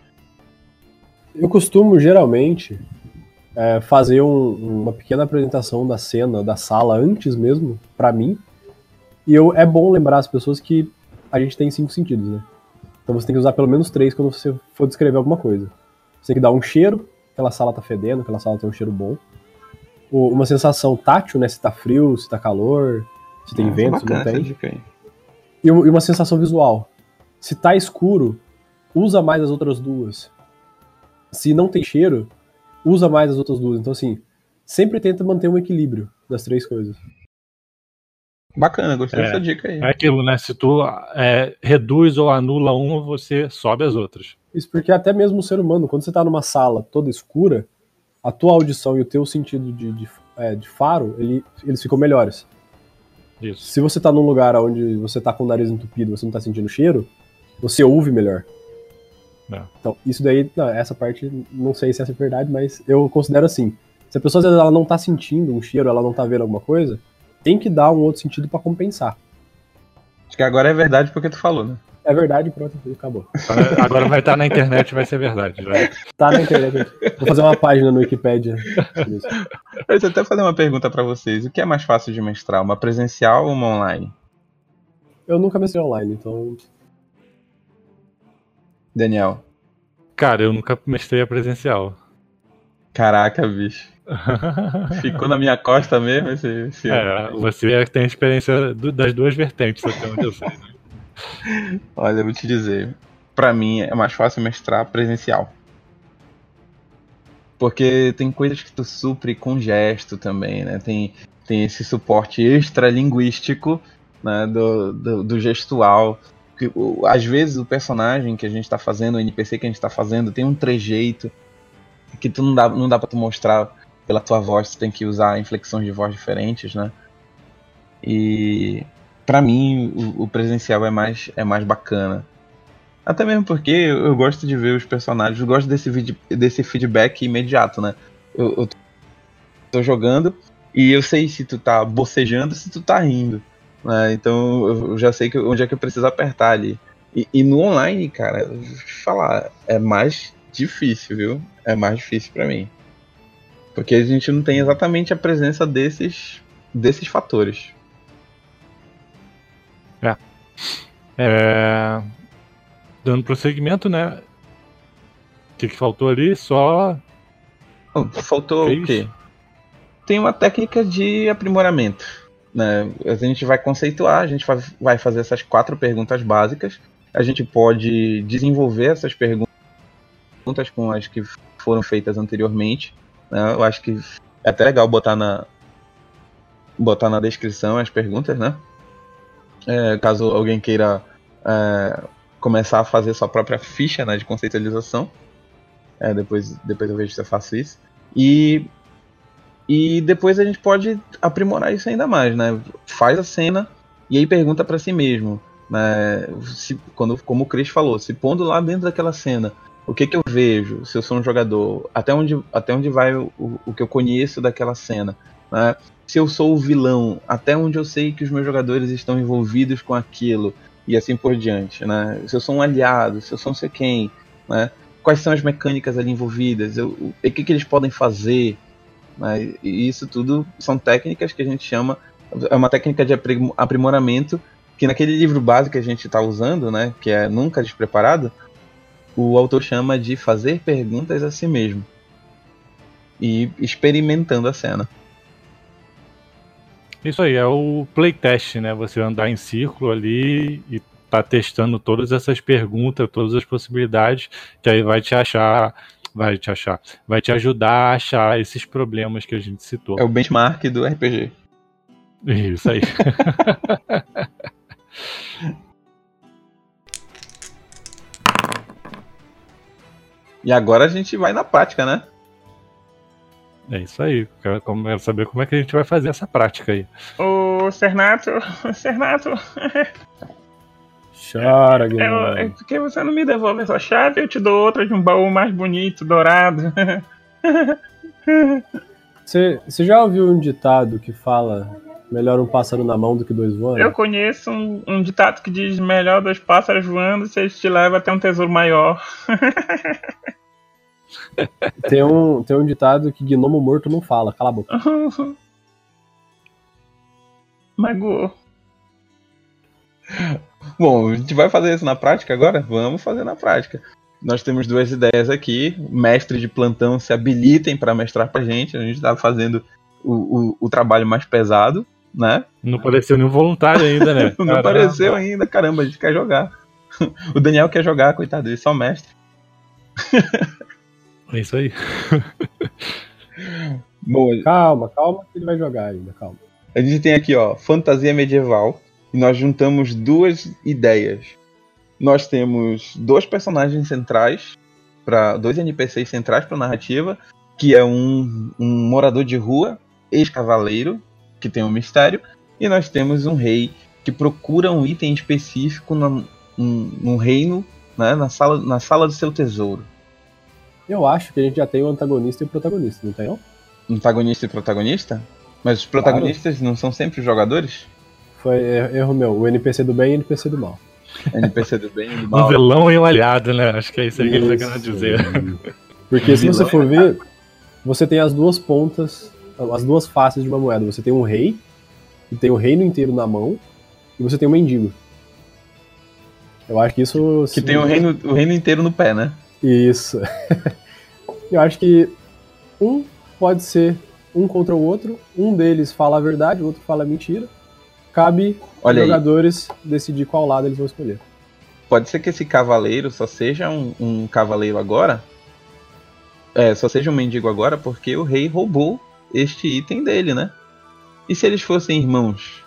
Eu costumo, geralmente, é, fazer um, uma pequena apresentação da cena, da sala, antes mesmo, pra mim. E eu, é bom lembrar as pessoas que a gente tem cinco sentidos, né? Então você tem que usar pelo menos três quando você for descrever alguma coisa. Você tem que dar um cheiro, aquela sala tá fedendo, aquela sala tem um cheiro bom. O, uma sensação tátil, né? Se tá frio, se tá calor, se tem ah, vento, se não tem. Dica aí. E, e uma sensação visual. Se tá escuro, usa mais as outras duas. Se não tem cheiro, usa mais as outras duas. Então, assim, sempre tenta manter um equilíbrio das três coisas. Bacana, gostei é, dessa dica aí. É aquilo, né? Se tu é, reduz ou anula uma, você sobe as outras. Isso porque até mesmo o ser humano, quando você tá numa sala toda escura, a tua audição e o teu sentido de, de, é, de faro, ele, eles ficam melhores. Isso. Se você tá num lugar onde você tá com o nariz entupido, você não tá sentindo cheiro, você ouve melhor. É. Então, isso daí, não, essa parte, não sei se essa é verdade, mas eu considero assim. Se a pessoa, às vezes, ela não tá sentindo um cheiro, ela não tá vendo alguma coisa, tem que dar um outro sentido pra compensar. Acho que agora é verdade porque tu falou, né? É verdade, pronto, acabou. Agora vai estar na internet, vai ser verdade. Vai. Tá na internet. Vou fazer uma página no Wikipedia. Eu vou até fazer uma pergunta pra vocês. O que é mais fácil de mestrar, uma presencial ou uma online? Eu nunca mestrei online, então... Daniel. Cara, eu nunca mestrei a presencial. Caraca, bicho. Ficou na minha costa mesmo esse, esse... É, você tem a experiência do, das duas vertentes, até onde eu sei. Olha, eu vou te dizer. Pra mim é mais fácil mestrar presencial. Porque tem coisas que tu supre com gesto também, né? Tem, tem esse suporte extralinguístico, né, do, do, do gestual. Que, o, às vezes o personagem que a gente tá fazendo, o N P C que a gente tá fazendo, tem um trejeito que tu não dá, não dá pra tu mostrar pela tua voz, tu tem que usar inflexões de voz diferentes, né? E pra mim o, o presencial é mais, é mais bacana. Até mesmo porque eu gosto de ver os personagens, eu gosto desse, desse feedback imediato, né? Eu, eu tô jogando e eu sei se tu tá bocejando, se tu tá rindo, né? Então eu já sei que, onde é que eu preciso apertar ali. E, e no online, cara, eu vou te falar, é mais difícil, viu? É mais difícil pra mim. Porque a gente não tem exatamente a presença desses, desses fatores. É. É... Dando prosseguimento, né? O que, que faltou ali? Só... Oh, faltou que o quê? Tem uma técnica de aprimoramento. né? A gente vai conceituar, a gente vai fazer essas quatro perguntas básicas. A gente pode desenvolver essas perguntas com as que foram feitas anteriormente, né? Eu acho que é até legal botar na, botar na descrição as perguntas, né? É, caso alguém queira é, começar a fazer sua própria ficha, né, de conceitualização. É, depois, depois eu vejo se eu faço isso. E, e depois a gente pode aprimorar isso ainda mais, né? Faz a cena e aí pergunta para si mesmo, né? Se, quando, como o Chris falou, se pondo lá dentro daquela cena, o que que eu vejo? Se eu sou um jogador, até onde, até onde vai o, o que eu conheço daquela cena, né? Se eu sou o vilão, até onde eu sei que os meus jogadores estão envolvidos com aquilo, e assim por diante, né? Se eu sou um aliado, se eu sou não sei quem, né? Quais são as mecânicas ali envolvidas, eu, o que, que eles podem fazer, né? E isso tudo são técnicas que a gente chama, é uma técnica de aprimoramento, que naquele livro básico que a gente está usando, né? Que é Nunca Despreparado, o autor chama de fazer perguntas a si mesmo, e experimentando a cena. Isso aí, é o playtest, né? Você andar em círculo ali e tá testando todas essas perguntas, todas as possibilidades, que aí vai te achar, vai te achar, vai te ajudar a achar esses problemas que a gente citou. É o benchmark do R P G. Isso aí. E agora a gente vai na prática, né? É isso aí, quero, quero saber como é que a gente vai fazer essa prática aí. Ô, Cernato, Cernato. Chora, É, Guilherme. é porque você não me devolve a sua chave, eu te dou outra de um baú mais bonito, dourado. Você você já ouviu um ditado que fala melhor um pássaro na mão do que dois voando? Eu conheço um, um ditado que diz melhor dois pássaros voando se eles te levam até um tesouro maior. Tem um, tem um ditado que gnomo morto não fala, cala a boca. Magoou. Bom, a gente vai fazer isso na prática agora? Vamos fazer na prática. Nós temos duas ideias aqui. Mestres de plantão se habilitem para mestrar pra gente. A gente está fazendo o, o, o trabalho mais pesado, né? Não apareceu nenhum voluntário ainda, né? Não Caramba. apareceu ainda, caramba, a gente quer jogar. O Daniel quer jogar, coitado, ele é só mestre. É isso aí. Bom, Calma, calma que ele vai jogar ainda, calma. a gente tem aqui, ó, fantasia medieval. E nós juntamos duas ideias. Nós temos dois personagens centrais, para dois N P Cs centrais para a narrativa, que é um, um morador de rua, ex-cavaleiro, que tem um mistério, e nós temos um rei que procura um item específico num, num reino, né, na, sala, na sala do seu tesouro. Eu acho que a gente já tem o antagonista e o protagonista, não tem não? Antagonista e protagonista? Mas os protagonistas claro. Não são sempre os jogadores? Foi erro meu, o N P C do bem e o N P C do mal. N P C do bem e do mal. Um vilão e um aliado, né? Acho que é isso aí que ele tá querendo dizer. Porque se você for ver, você tem as duas pontas, as duas faces de uma moeda. Você tem um rei, que tem o reino inteiro na mão, e você tem um mendigo. Eu acho que isso... Que tem o reino, o reino inteiro no pé, né? Isso. Eu acho que um pode ser um contra o outro, um deles fala a verdade, o outro fala a mentira. Cabe aos jogadores decidir qual lado eles vão escolher. Pode ser que esse cavaleiro só seja um, um cavaleiro agora, é, só seja um mendigo agora, porque o rei roubou este item dele, né? E se eles fossem irmãos?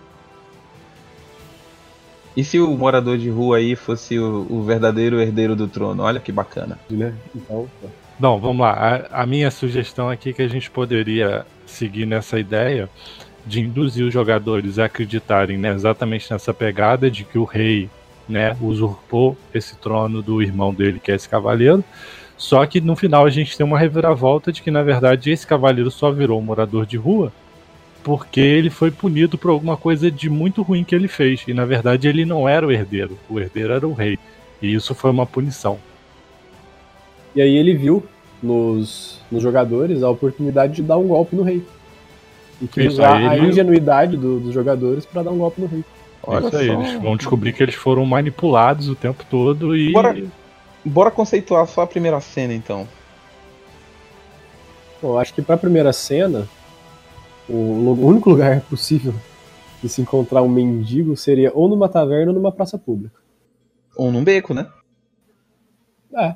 E se o morador de rua aí fosse o, o verdadeiro herdeiro do trono? Olha que bacana. Né? Então, Não, vamos lá. A, a minha sugestão aqui é que a gente poderia seguir nessa ideia de induzir os jogadores a acreditarem, né, exatamente nessa pegada de que o rei, né, usurpou esse trono do irmão dele, que é esse cavaleiro. Só que no final a gente tem uma reviravolta de que na verdade esse cavaleiro só virou um morador de rua porque ele foi punido por alguma coisa de muito ruim que ele fez. E na verdade ele não era o herdeiro, o herdeiro era o rei. E isso foi uma punição. E aí ele viu nos, nos jogadores a oportunidade de dar um golpe no rei. E que Isso, usar aí a ele- ingenuidade do- dos jogadores pra dar um golpe no rei. Olha Isso aí, só. eles vão descobrir que eles foram manipulados o tempo todo e... Bora, bora conceituar só a primeira cena, então. Bom, acho que pra primeira cena, o, lu- o único lugar possível de se encontrar um mendigo seria ou numa taverna ou numa praça pública. Ou num beco, né? É.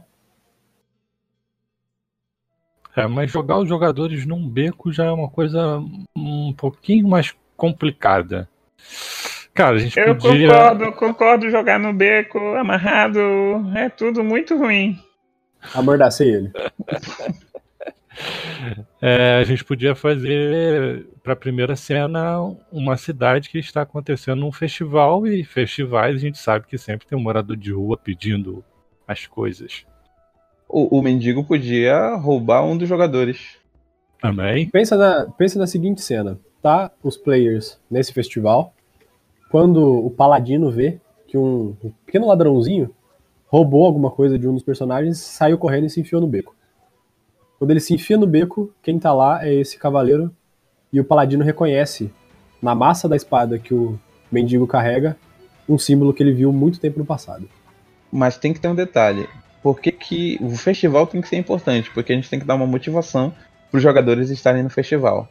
É, mas jogar os jogadores num beco já é uma coisa um pouquinho mais complicada. Cara, a gente Eu podia... concordo, concordo jogar no beco, amarrado, é tudo muito ruim. Amordacei ele. É, a gente podia fazer, para a primeira cena, uma cidade que está acontecendo um festival, e festivais a gente sabe que sempre tem um morador de rua pedindo as coisas. O, o mendigo podia roubar um dos jogadores. Também. Pensa na, pensa na seguinte cena. Tá os players nesse festival. Quando o paladino vê que um, um pequeno ladrãozinho roubou alguma coisa de um dos personagens, saiu correndo e se enfiou no beco. Quando ele se enfia no beco, quem tá lá é esse cavaleiro, e o paladino reconhece, na massa da espada que o mendigo carrega, um símbolo que ele viu muito tempo no passado. Mas tem que ter um detalhe. Por que, que o festival tem que ser importante? Porque a gente tem que dar uma motivação para os jogadores estarem no festival.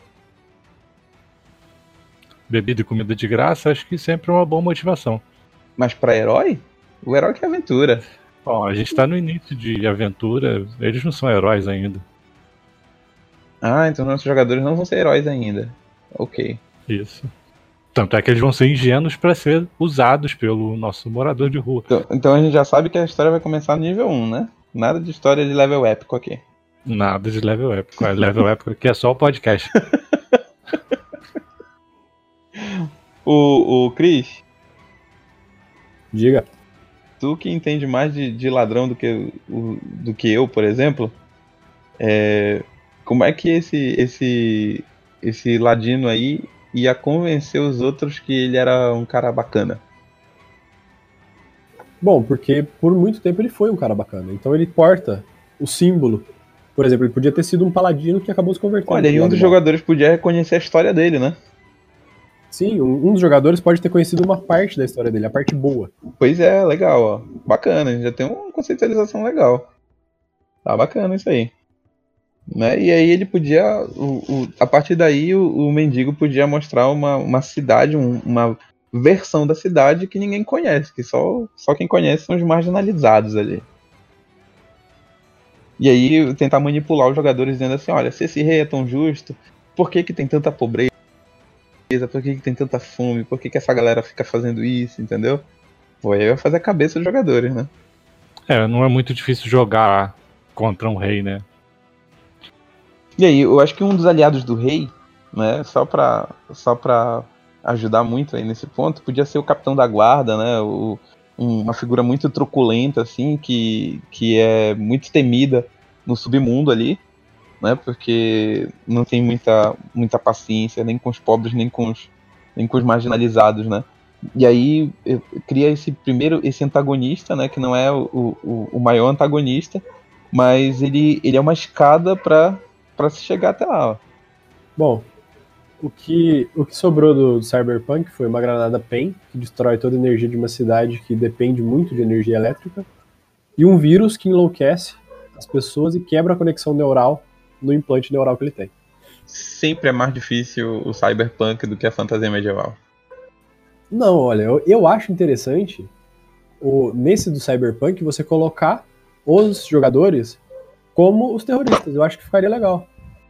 Bebida e comida de graça, acho que sempre é uma boa motivação. Mas para herói? O herói que é aventura. Bom, a gente tá no início de aventura, eles não são heróis ainda. Ah, então nossos jogadores não vão ser heróis ainda. Ok. Isso. Tanto é que eles vão ser ingênuos para ser usados pelo nosso morador de rua. Então, então a gente já sabe que a história vai começar no nível um, né? Nada de história de level épico aqui. Nada de level épico. Level épico aqui é só o podcast. O, o Chris, Diga. tu que entende mais de, de ladrão do que, o, do que eu, por exemplo, é, como é que esse, esse, esse ladino aí ia convencer os outros que ele era um cara bacana? Bom, porque por muito tempo ele foi um cara bacana. Então ele porta o símbolo. Por exemplo, ele podia ter sido um paladino que acabou se convertendo. Olha, e um dos jogadores podia reconhecer a história dele, né? Sim, um, um dos jogadores pode ter conhecido uma parte da história dele, a parte boa. Pois é, legal, ó. Bacana, já tem uma conceitualização legal. Tá bacana isso aí. Né? E aí ele podia, o, o, a partir daí o, o mendigo podia mostrar uma, uma cidade, um, uma versão da cidade que ninguém conhece, que só, só quem conhece são os marginalizados ali. E aí tentar manipular os jogadores dizendo assim, olha, se esse rei é tão justo, por que que tem tanta pobreza, por que que tem tanta fome, por que que essa galera fica fazendo isso, entendeu? Pô, aí vai fazer a cabeça dos jogadores, né? É, não é muito difícil jogar contra um rei, né? E aí, eu acho que um dos aliados do rei, né, só pra, só pra ajudar muito aí nesse ponto, podia ser o capitão da guarda, né, o, um, uma figura muito truculenta, assim, que, que é muito temida no submundo ali, né, porque não tem muita, muita paciência, nem com os pobres, nem com os, nem com os marginalizados, né. E aí cria esse primeiro, esse antagonista, né, que não é o, o, o maior antagonista, mas ele, ele é uma escada pra Pra se chegar até lá, ó. Bom, o que, o que sobrou do, do Cyberpunk foi uma granada P E N, que destrói toda a energia de uma cidade que depende muito de energia elétrica, e um vírus que enlouquece as pessoas e quebra a conexão neural no implante neural que ele tem. Sempre é mais difícil o Cyberpunk do que a fantasia medieval. Não, olha, eu, eu acho interessante o, nesse do Cyberpunk você colocar os jogadores como os terroristas. Eu acho que ficaria legal.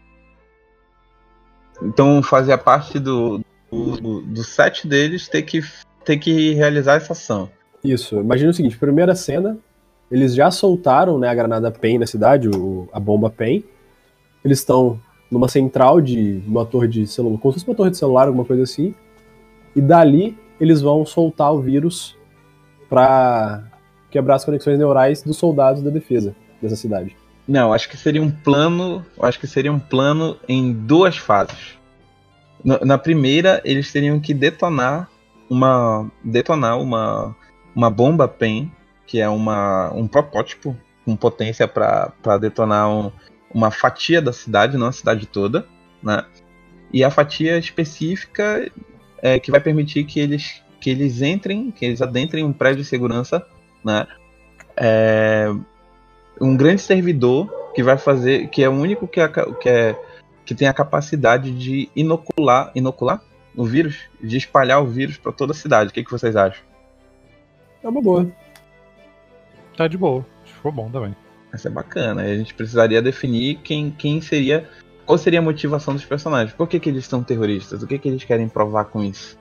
Então fazia parte do, do, do set deles ter que, ter que realizar essa ação. Isso. Imagina o seguinte, primeira cena, eles já soltaram, né, a granada P E N na cidade, o, a bomba P E N. Eles estão numa central de uma torre de celular, como se fosse uma torre de celular, alguma coisa assim. E dali eles vão soltar o vírus para quebrar as conexões neurais dos soldados da defesa dessa cidade. Não, acho que seria um plano. Acho que seria um plano em duas fases. Na, na primeira, eles teriam que detonar uma. Detonar uma, uma bomba P E N, que é uma, um protótipo com potência para detonar um, uma fatia da cidade, não a cidade toda, né? E a fatia específica é que vai permitir que eles, que eles entrem, que eles adentrem um prédio de segurança, né? É, um grande servidor que vai fazer, que é o único que, é, que, é, que tem a capacidade de inocular, inocular? o vírus, de espalhar o vírus para toda a cidade. O que, que vocês acham? É uma boa. Tá de boa. Ficou bom também. Isso é bacana. A gente precisaria definir quem, quem seria... Qual seria a motivação dos personagens? Por que, que eles são terroristas? O que, que eles querem provar com isso?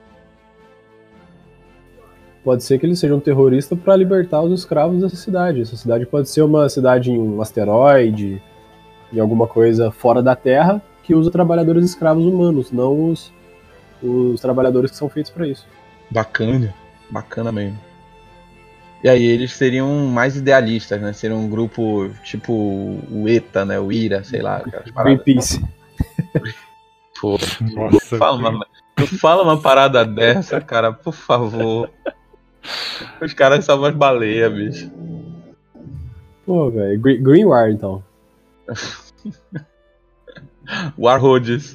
Pode ser que eles sejam terroristas para libertar os escravos dessa cidade. Essa cidade pode ser uma cidade em um asteroide, em alguma coisa fora da Terra, que usa trabalhadores escravos humanos, não os, os trabalhadores que são feitos para isso. Bacana. Bacana mesmo. E aí eles seriam mais idealistas, né? Seriam um grupo tipo o ETA, né? O IRA, sei lá. Greenpeace. Pô, Nossa, fala uma, tu fala uma parada dessa, cara, por favor. Os caras são umas baleias, bicho. Pô, velho. Green War, então. Warroads.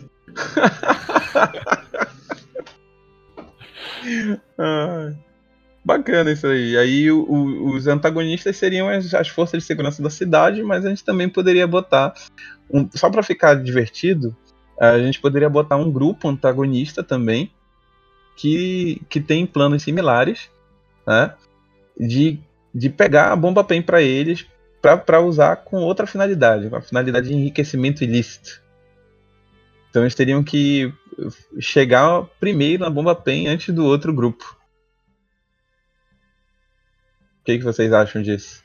ah, bacana isso aí. Aí o, o, os antagonistas seriam as, as forças de segurança da cidade, mas a gente também poderia botar, um, só pra ficar divertido, a gente poderia botar um grupo antagonista também, que, que tem planos similares, né, de, de pegar a bomba P E M pra eles, pra, pra usar com outra finalidade, com a finalidade de enriquecimento ilícito. Então eles teriam que chegar primeiro na bomba P E M antes do outro grupo. O que, que vocês acham disso?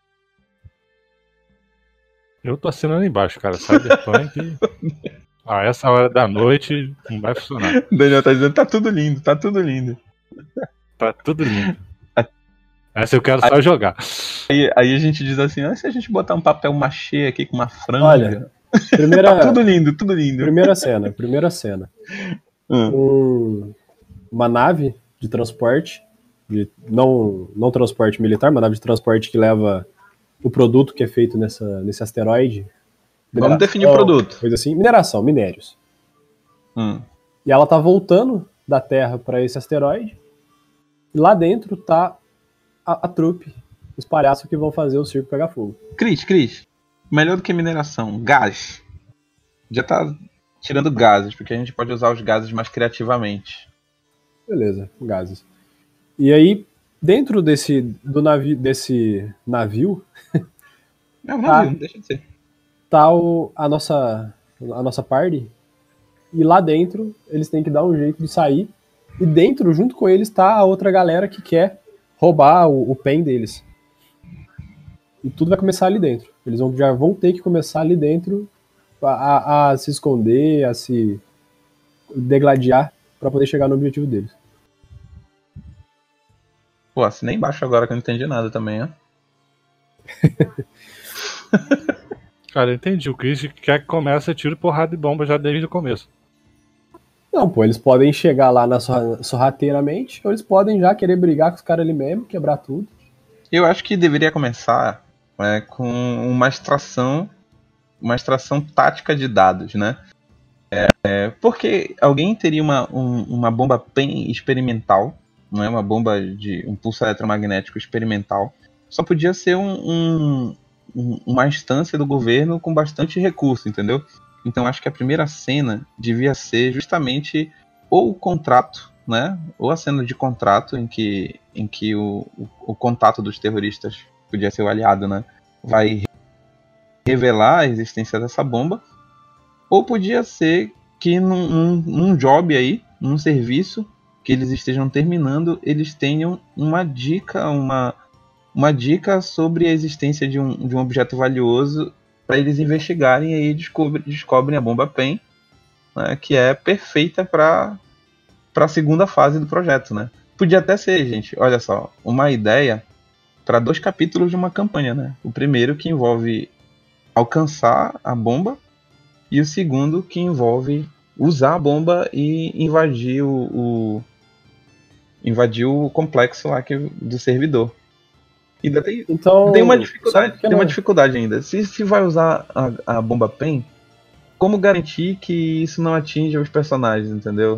Eu tô assinando embaixo, cara. Cyberpunk. A essa hora da noite não vai funcionar. Daniel tá dizendo, tá tudo lindo, tá tudo lindo. Tá tudo lindo. Essa eu quero só jogar. Aí, aí a gente diz assim, ah, se a gente botar um papel machê aqui com uma franja... Olha, primeira... tá tudo lindo, tudo lindo. Primeira cena, primeira cena. Hum. Um, uma nave de transporte, de, não, não transporte militar, uma nave de transporte que leva o produto que é feito nessa, nesse asteroide. Vamos definir o produto. Coisa assim, mineração, minérios. Hum. E ela tá voltando da Terra para esse asteroide. E lá dentro tá a, a trupe, os palhaços que vão fazer o circo pegar fogo. Cris, Cris, melhor do que mineração, gás. Já tá tirando gases, porque a gente pode usar os gases mais criativamente. Beleza, gases. E aí, dentro desse, do navi, desse navio... É um navio, tá, deixa de ser. Tá o, a, nossa, a nossa party, e lá dentro eles têm que dar um jeito de sair, e dentro, junto com eles, tá a outra galera que quer roubar o, o P E M deles. E tudo vai começar ali dentro. Eles vão, já vão ter que começar ali dentro a, a, a se esconder, a se degladiar para poder chegar no objetivo deles. Pô, assinei embaixo agora que eu não entendi nada também, ó. Cara, eu entendi. O Chris quer que comece a tiro, porrada e bomba já desde o começo. Não, pô, eles podem chegar lá na sorra, sorrateiramente, ou eles podem já querer brigar com os caras ali mesmo, quebrar tudo. Eu acho que deveria começar é, com uma extração, uma extração tática de dados, né? É, é, porque alguém teria uma, um, uma bomba P E M experimental, não é uma bomba de um pulso eletromagnético experimental, só podia ser um, um, um, uma instância do governo com bastante recurso, entendeu? Então acho que a primeira cena devia ser justamente ou o contrato, né? Ou a cena de contrato em que, em que o, o, o contato dos terroristas, podia ser o aliado, né? Vai revelar a existência dessa bomba. Ou podia ser que num, num, num job aí, num serviço que eles estejam terminando, eles tenham uma dica, uma, uma dica sobre a existência de um, de um objeto valioso para eles investigarem e aí descobre, descobrem a bomba P E M, né, que é perfeita para a segunda fase do projeto, né? Podia até ser, gente, olha só, uma ideia para dois capítulos de uma campanha, né? O primeiro que envolve alcançar a bomba e o segundo que envolve usar a bomba e invadir o, o invadir o complexo lá que, do servidor. E ainda tem, então, tem uma dificuldade, tem não... uma dificuldade ainda. Se, se vai usar a, a bomba P E M, como garantir que isso não atinja os personagens, entendeu?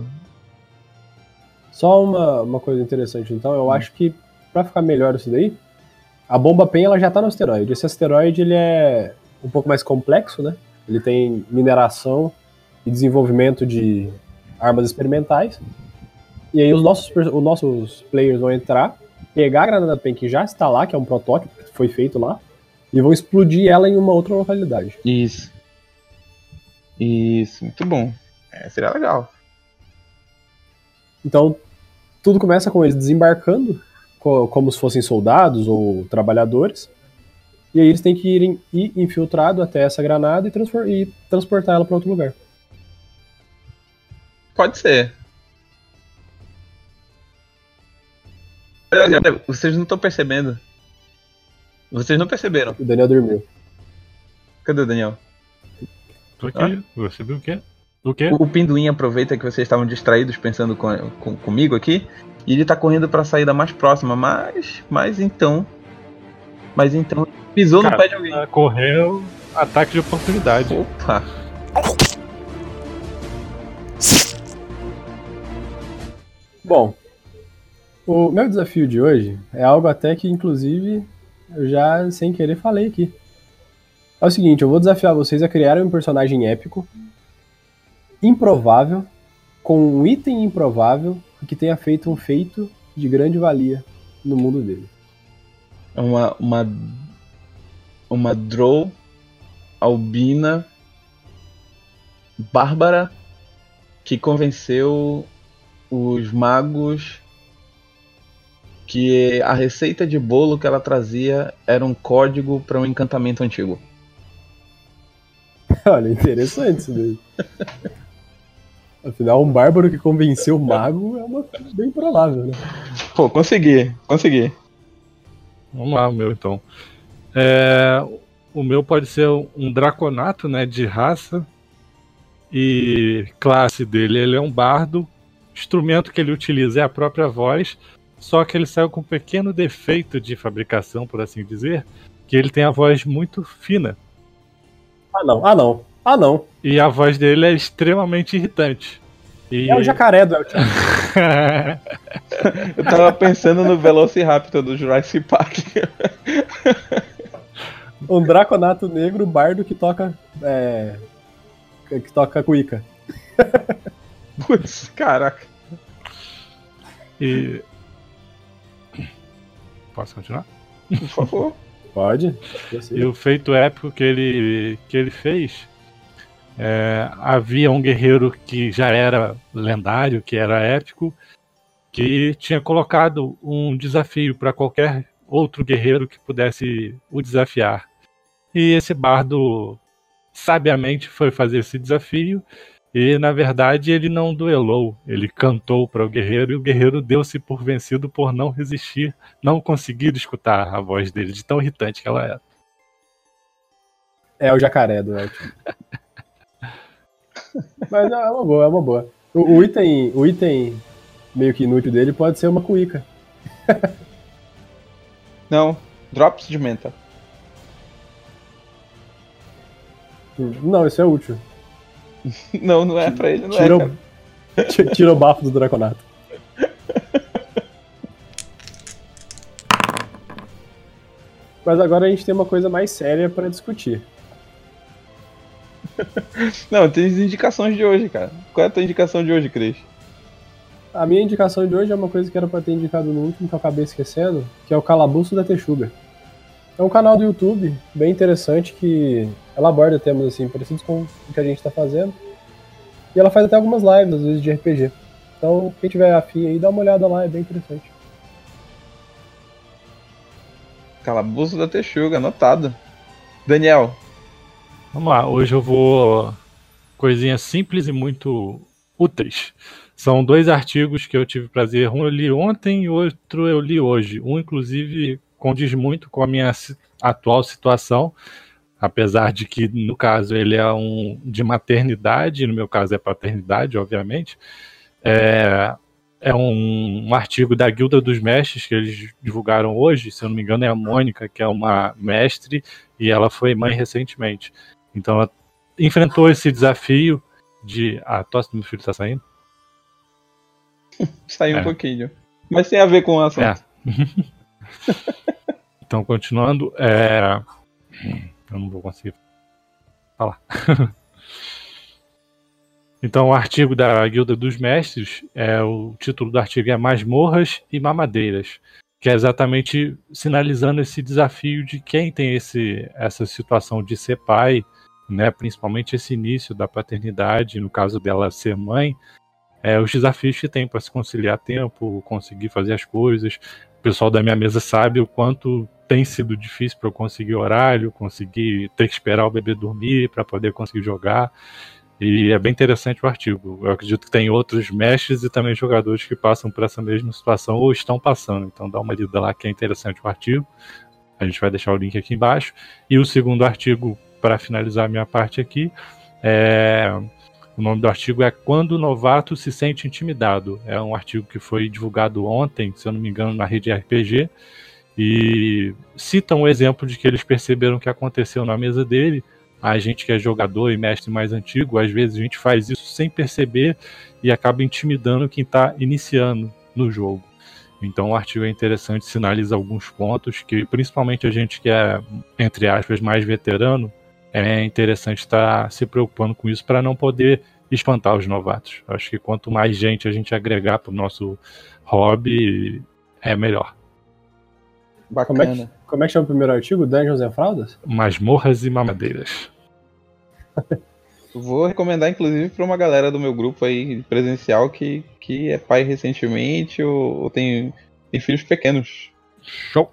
Só uma, uma coisa interessante, então, eu hum. acho que pra ficar melhor isso daí, a bomba P E M ela já tá no asteroide. Esse asteroide ele é um pouco mais complexo, né? Ele tem mineração e desenvolvimento de, armas experimentais. E aí os nossos, os nossos players vão entrar, pegar a granada pen que já está lá, que é um protótipo que foi feito lá, e vão explodir ela em uma outra localidade. Isso. Isso, muito bom. É, seria legal. Então, tudo começa com eles desembarcando, co- como se fossem soldados ou trabalhadores, e aí eles têm que ir, ir infiltrado até essa granada e, transfor- e transportar ela para outro lugar. Pode ser. Olha, olha, vocês não estão percebendo. Vocês não perceberam. O Daniel dormiu. Cadê o Daniel? Tô aqui. Ah? Você viu o quê? O quê? O, o Pinduim aproveita que vocês estavam distraídos pensando com, com- comigo aqui. E ele tá correndo pra saída mais próxima. Mas. Mas então. Mas então. Pisou Cara, no pé de alguém. ah, correu, ataque de oportunidade. Opa! Bom, o meu desafio de hoje é algo até que, inclusive, eu já sem querer falei aqui. É o seguinte, eu vou desafiar vocês a criarem um personagem épico, improvável, com um item improvável e que tenha feito um feito de grande valia no mundo dele. Uma. Uma. Uma Drow. Albina. Bárbara. Que convenceu os magos que a receita de bolo que ela trazia era um código para um encantamento antigo. Olha, interessante isso daí. Afinal, um bárbaro que convenceu o mago é uma coisa bem provável, né? Pô, consegui, consegui. Vamos lá, o meu então. É, o meu pode ser um draconato, né, de raça e classe dele. Ele é um bardo. O instrumento que ele utiliza é a própria voz, só que ele saiu com um pequeno defeito de fabricação, por assim dizer, que ele tem a voz muito fina. Ah, não. Ah, não. Ah, não. E a voz dele é extremamente irritante. E... É o jacaré do El Chapo. Eu tava pensando no Velociraptor do Jurassic Park. Um draconato negro bardo que toca. É, que toca cuíca. Putz, caraca. e... Posso continuar? Por favor. Pode? Eu sei. E o feito épico que ele, que ele fez, é, havia um guerreiro que já era lendário, que era épico, que tinha colocado um desafio para qualquer outro guerreiro que pudesse o desafiar. E esse bardo sabiamente foi fazer esse desafio e, na verdade, ele não duelou, ele cantou para o guerreiro e o guerreiro deu-se por vencido por não resistir, não conseguir escutar a voz dele, de tão irritante que ela era. É o jacaré do El Chapo. Mas é uma boa, é uma boa. O, o, item, o item meio que inútil dele pode ser uma cuíca. Não, drops de menta. Não, isso é útil. Não, não é pra ele, não Tira, é, o, cara. ti- tira o bafo do draconato. Mas agora a gente tem uma coisa mais séria pra discutir. Não, tem as indicações de hoje, cara. Qual é a tua indicação de hoje, Cris? A minha indicação de hoje é uma coisa que era pra ter indicado no último, que eu acabei esquecendo, que é o Calabouço da Texuga. É um canal do YouTube bem interessante que ela aborda temas assim parecidos com o que a gente tá fazendo. E ela faz até algumas lives, às vezes, de R P G. Então, quem tiver afim aí, dá uma olhada lá, é bem interessante. Calabouço da Texuga, anotado. Daniel. Vamos lá, hoje eu vou coisinhas simples e muito úteis. São dois artigos que eu tive prazer, um eu li ontem e outro eu li hoje. Um, inclusive, condiz muito com a minha si- atual situação, apesar de que, no caso, ele é um de maternidade, no meu caso é paternidade, obviamente. É, é um, um artigo da Guilda dos Mestres que eles divulgaram hoje, se eu não me engano é a Mônica, que é uma mestre, e ela foi mãe recentemente. Então ela enfrentou esse desafio de... Ah, a tosse do meu filho tá saindo? Saiu É. um pouquinho. Mas tem a ver com o assunto. É. Então, continuando, é... eu não vou conseguir falar. Então, o artigo da Guilda dos Mestres, é, o título do artigo é Masmorras e Mamadeiras, que é exatamente sinalizando esse desafio de quem tem esse, essa situação de ser pai, né, principalmente esse início da paternidade, no caso dela ser mãe, é, os desafios que tem para se conciliar tempo, conseguir fazer as coisas. O pessoal da minha mesa sabe o quanto tem sido difícil para eu conseguir horário, conseguir ter que esperar o bebê dormir para poder conseguir jogar. E é bem interessante o artigo. Eu acredito que tem outros mestres e também jogadores que passam por essa mesma situação ou estão passando. Então dá uma lida lá que é interessante o artigo. A gente vai deixar o link aqui embaixo. E o segundo artigo, para finalizar a minha parte aqui, é... o nome do artigo é Quando o Novato se Sente Intimidado. É um artigo que foi divulgado ontem, se eu não me engano, na rede R P G. E cita um exemplo de que eles perceberam que aconteceu na mesa dele. A gente que é jogador e mestre mais antigo, às vezes a gente faz isso sem perceber e acaba intimidando quem está iniciando no jogo. Então o artigo é interessante, sinaliza alguns pontos que principalmente a gente que é, entre aspas, mais veterano, é interessante estar se preocupando com isso para não poder espantar os novatos. Acho que quanto mais gente a gente agregar para o nosso hobby, é melhor. Como é, que, como é que chama o primeiro artigo? Dungeons and Fraudas? Masmorras e Mamadeiras. Vou recomendar, inclusive, para uma galera do meu grupo aí presencial que, que é pai recentemente ou, ou tem, tem filhos pequenos. Show!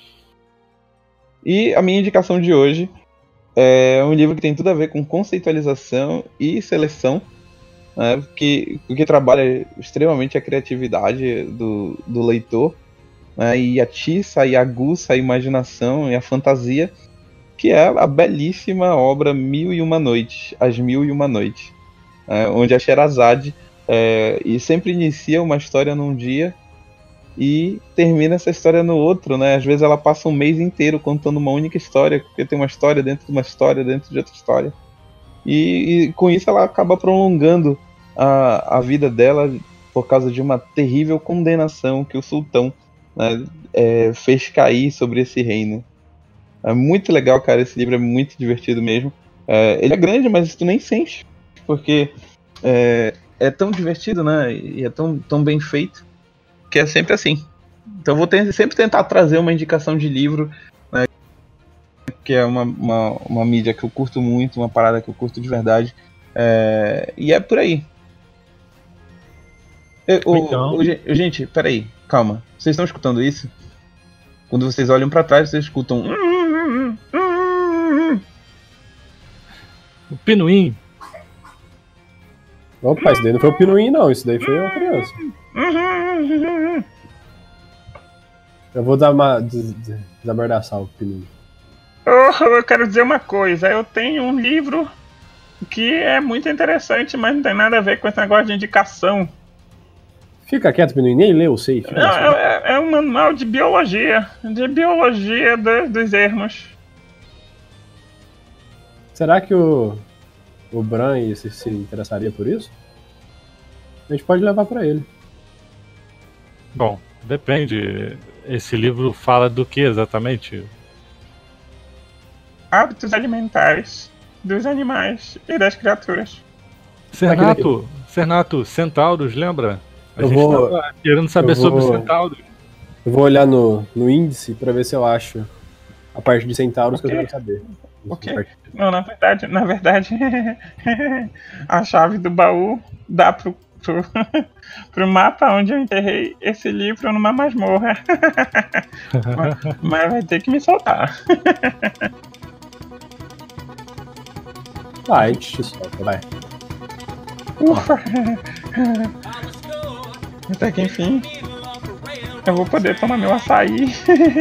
E a minha indicação de hoje é um livro que tem tudo a ver com conceitualização e seleção, né, que, que trabalha extremamente a criatividade do, do leitor, né, e atiça e aguça a imaginação e a fantasia, que é a belíssima obra Mil e Uma Noites, As Mil e Uma Noites, né, onde a Sherazade é, e sempre inicia uma história num dia e termina essa história no outro, né? Às vezes ela passa um mês inteiro contando uma única história, porque tem uma história dentro de uma história, dentro de outra história. E, e com isso ela acaba prolongando a, a vida dela por causa de uma terrível condenação que o sultão, né, é, fez cair sobre esse reino. É muito legal, cara, esse livro é muito divertido mesmo. É, ele é grande, mas tu nem sente, porque é, é tão divertido, né? E é tão, tão bem feito, que é sempre assim. Então eu vou ter, sempre tentar trazer uma indicação de livro, né, que é uma, uma, uma mídia que eu curto muito, uma parada que eu curto de verdade. É, e é por aí. Eu, então... o, o, gente, peraí, calma. Vocês estão escutando isso? Quando vocês olham pra trás, vocês escutam... O Pinuim. Opa, isso daí não foi o Pinuim, não. Isso daí foi uma criança. Eu vou dar uma des- des- desabardaçar o Pinuim. Oh, eu quero dizer uma coisa. Eu tenho um livro que é muito interessante, mas não tem nada a ver com esse negócio de indicação. Fica quieto, Pinuim. Nem leu, sei. Fica Não, é, é um manual de biologia. De biologia do, dos ermos. Será que o, o Bran se, se interessaria por isso? A gente pode levar pra ele. Bom, depende. Esse livro fala do que exatamente? Hábitos alimentares dos animais e das criaturas. Sernato, Sernato, centauros, lembra? A Eu gente vou- tava querendo saber eu vou- sobre os centauros. Eu vou olhar no, no índice pra ver se eu acho a parte de centauros que eu Ok. quero saber. Ok. Não, na verdade, na verdade, a chave do baú dá pro, pro, pro mapa onde eu enterrei esse livro numa masmorra. mas, mas vai ter que me soltar. Ah, a gente te solta, vai. Ufa. Até que enfim, eu vou poder tomar meu açaí.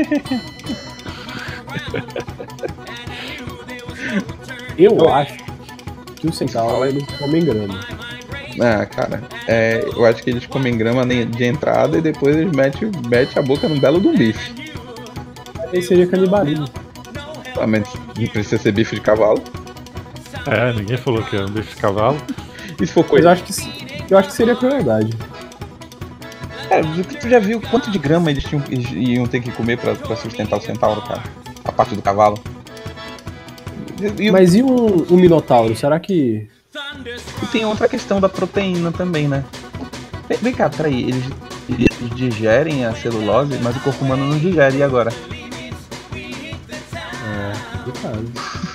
Eu acho que os centauros eles comem grama. Ah, cara, é, eu acho que eles comem grama de entrada e depois eles metem, metem a boca no belo do bife. Aí seria canibalismo. Ah, mas não precisa ser bife de cavalo. É, ninguém falou que era um bicho de cavalo. E se for Mas coisa. eu acho que, eu acho que seria crueldade. É, tu já viu quanto de grama eles tinham, eles iam ter que comer pra, pra sustentar o centauro, cara? A parte do cavalo. E, e o- Mas e um, um minotauro? Será que E tem outra questão da proteína também, né? Vem, vem cá, peraí, eles, eles digerem a celulose, mas o corpo humano não digere, e agora? É, complicado.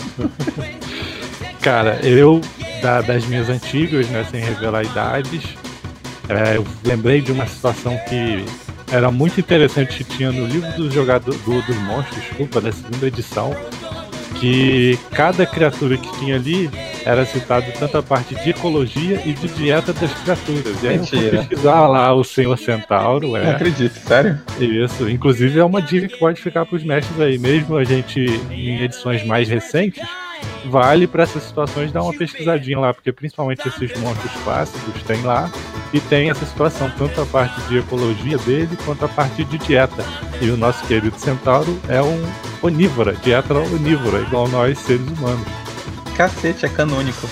Cara, eu, da- das minhas antigas, né, sem revelar idades, é, eu lembrei de uma situação que era muito interessante que tinha no livro do jogador do- dos monstros, desculpa, da segunda edição, que cada criatura que tinha ali era citado tanto a parte de ecologia e de dieta das criaturas. E aí eu fui Mentira. pesquisar lá o Senhor Centauro, Não é. acredito, sério? Isso, inclusive é uma dica que pode ficar para os mestres aí, mesmo a gente em edições mais recentes, vale para essas situações dar uma pesquisadinha lá, porque principalmente esses monstros clássicos tem lá, e tem essa situação, tanto a parte de ecologia dele, quanto a parte de dieta. E o nosso querido Centauro é um onívora, dieta onívora, igual nós seres humanos. Cacete, é canônico.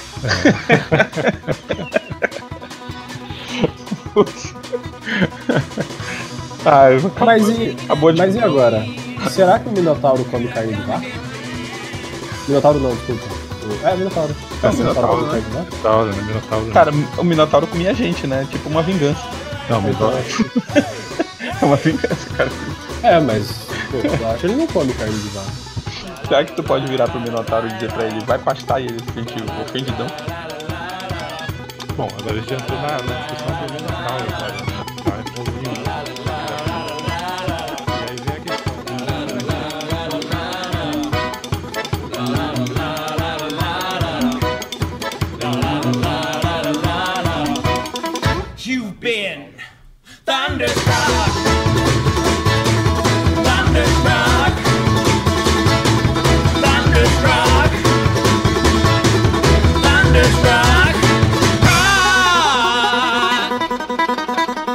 Ah, eu acabou, Mas e, acabou de... mas e agora? Será que o Minotauro come carne de vaca? Minotauro não, desculpa. O- É, Minotauro. É, O Minotauro, come né? carne de vaca? Minotauro, né? Minotauro. Cara, o Minotauro comia a gente, né? Tipo uma vingança. Não, Minotauro. É uma vingança, cara. É, mas pô, eu acho que ele não come carne de vaca. Será que tu pode virar pro Minotauro e dizer pra ele, vai pastar e ele se sentir ofendidão? Bom, agora a gente entrou na, na discussão do Minotauro, cara. Tá envolvido. E aí vem a questão. You've been thunderstruck, thunderstruck, thunderstruck, thunderstruck. Ah!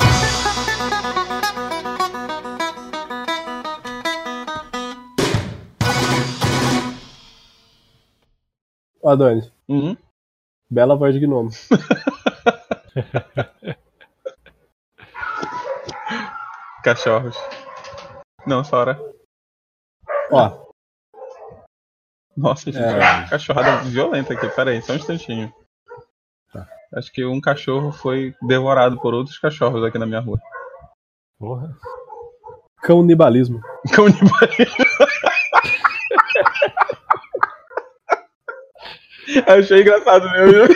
Ó, Adonis, Uhum. bela voz de gnomo. Cachorros. Não, Sora. Ó, Nossa, gente, É. cachorrada violenta aqui. Pera aí, só um instantinho. Tá. Acho que um cachorro foi devorado por outros cachorros aqui na minha rua. Porra. canibalismo. Canibalismo. Achei engraçado mesmo.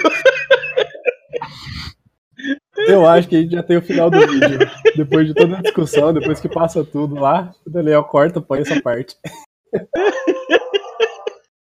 Eu acho que a gente já tem o final do vídeo. Depois de toda a discussão, depois que passa tudo lá, o Daniel corta, põe essa parte.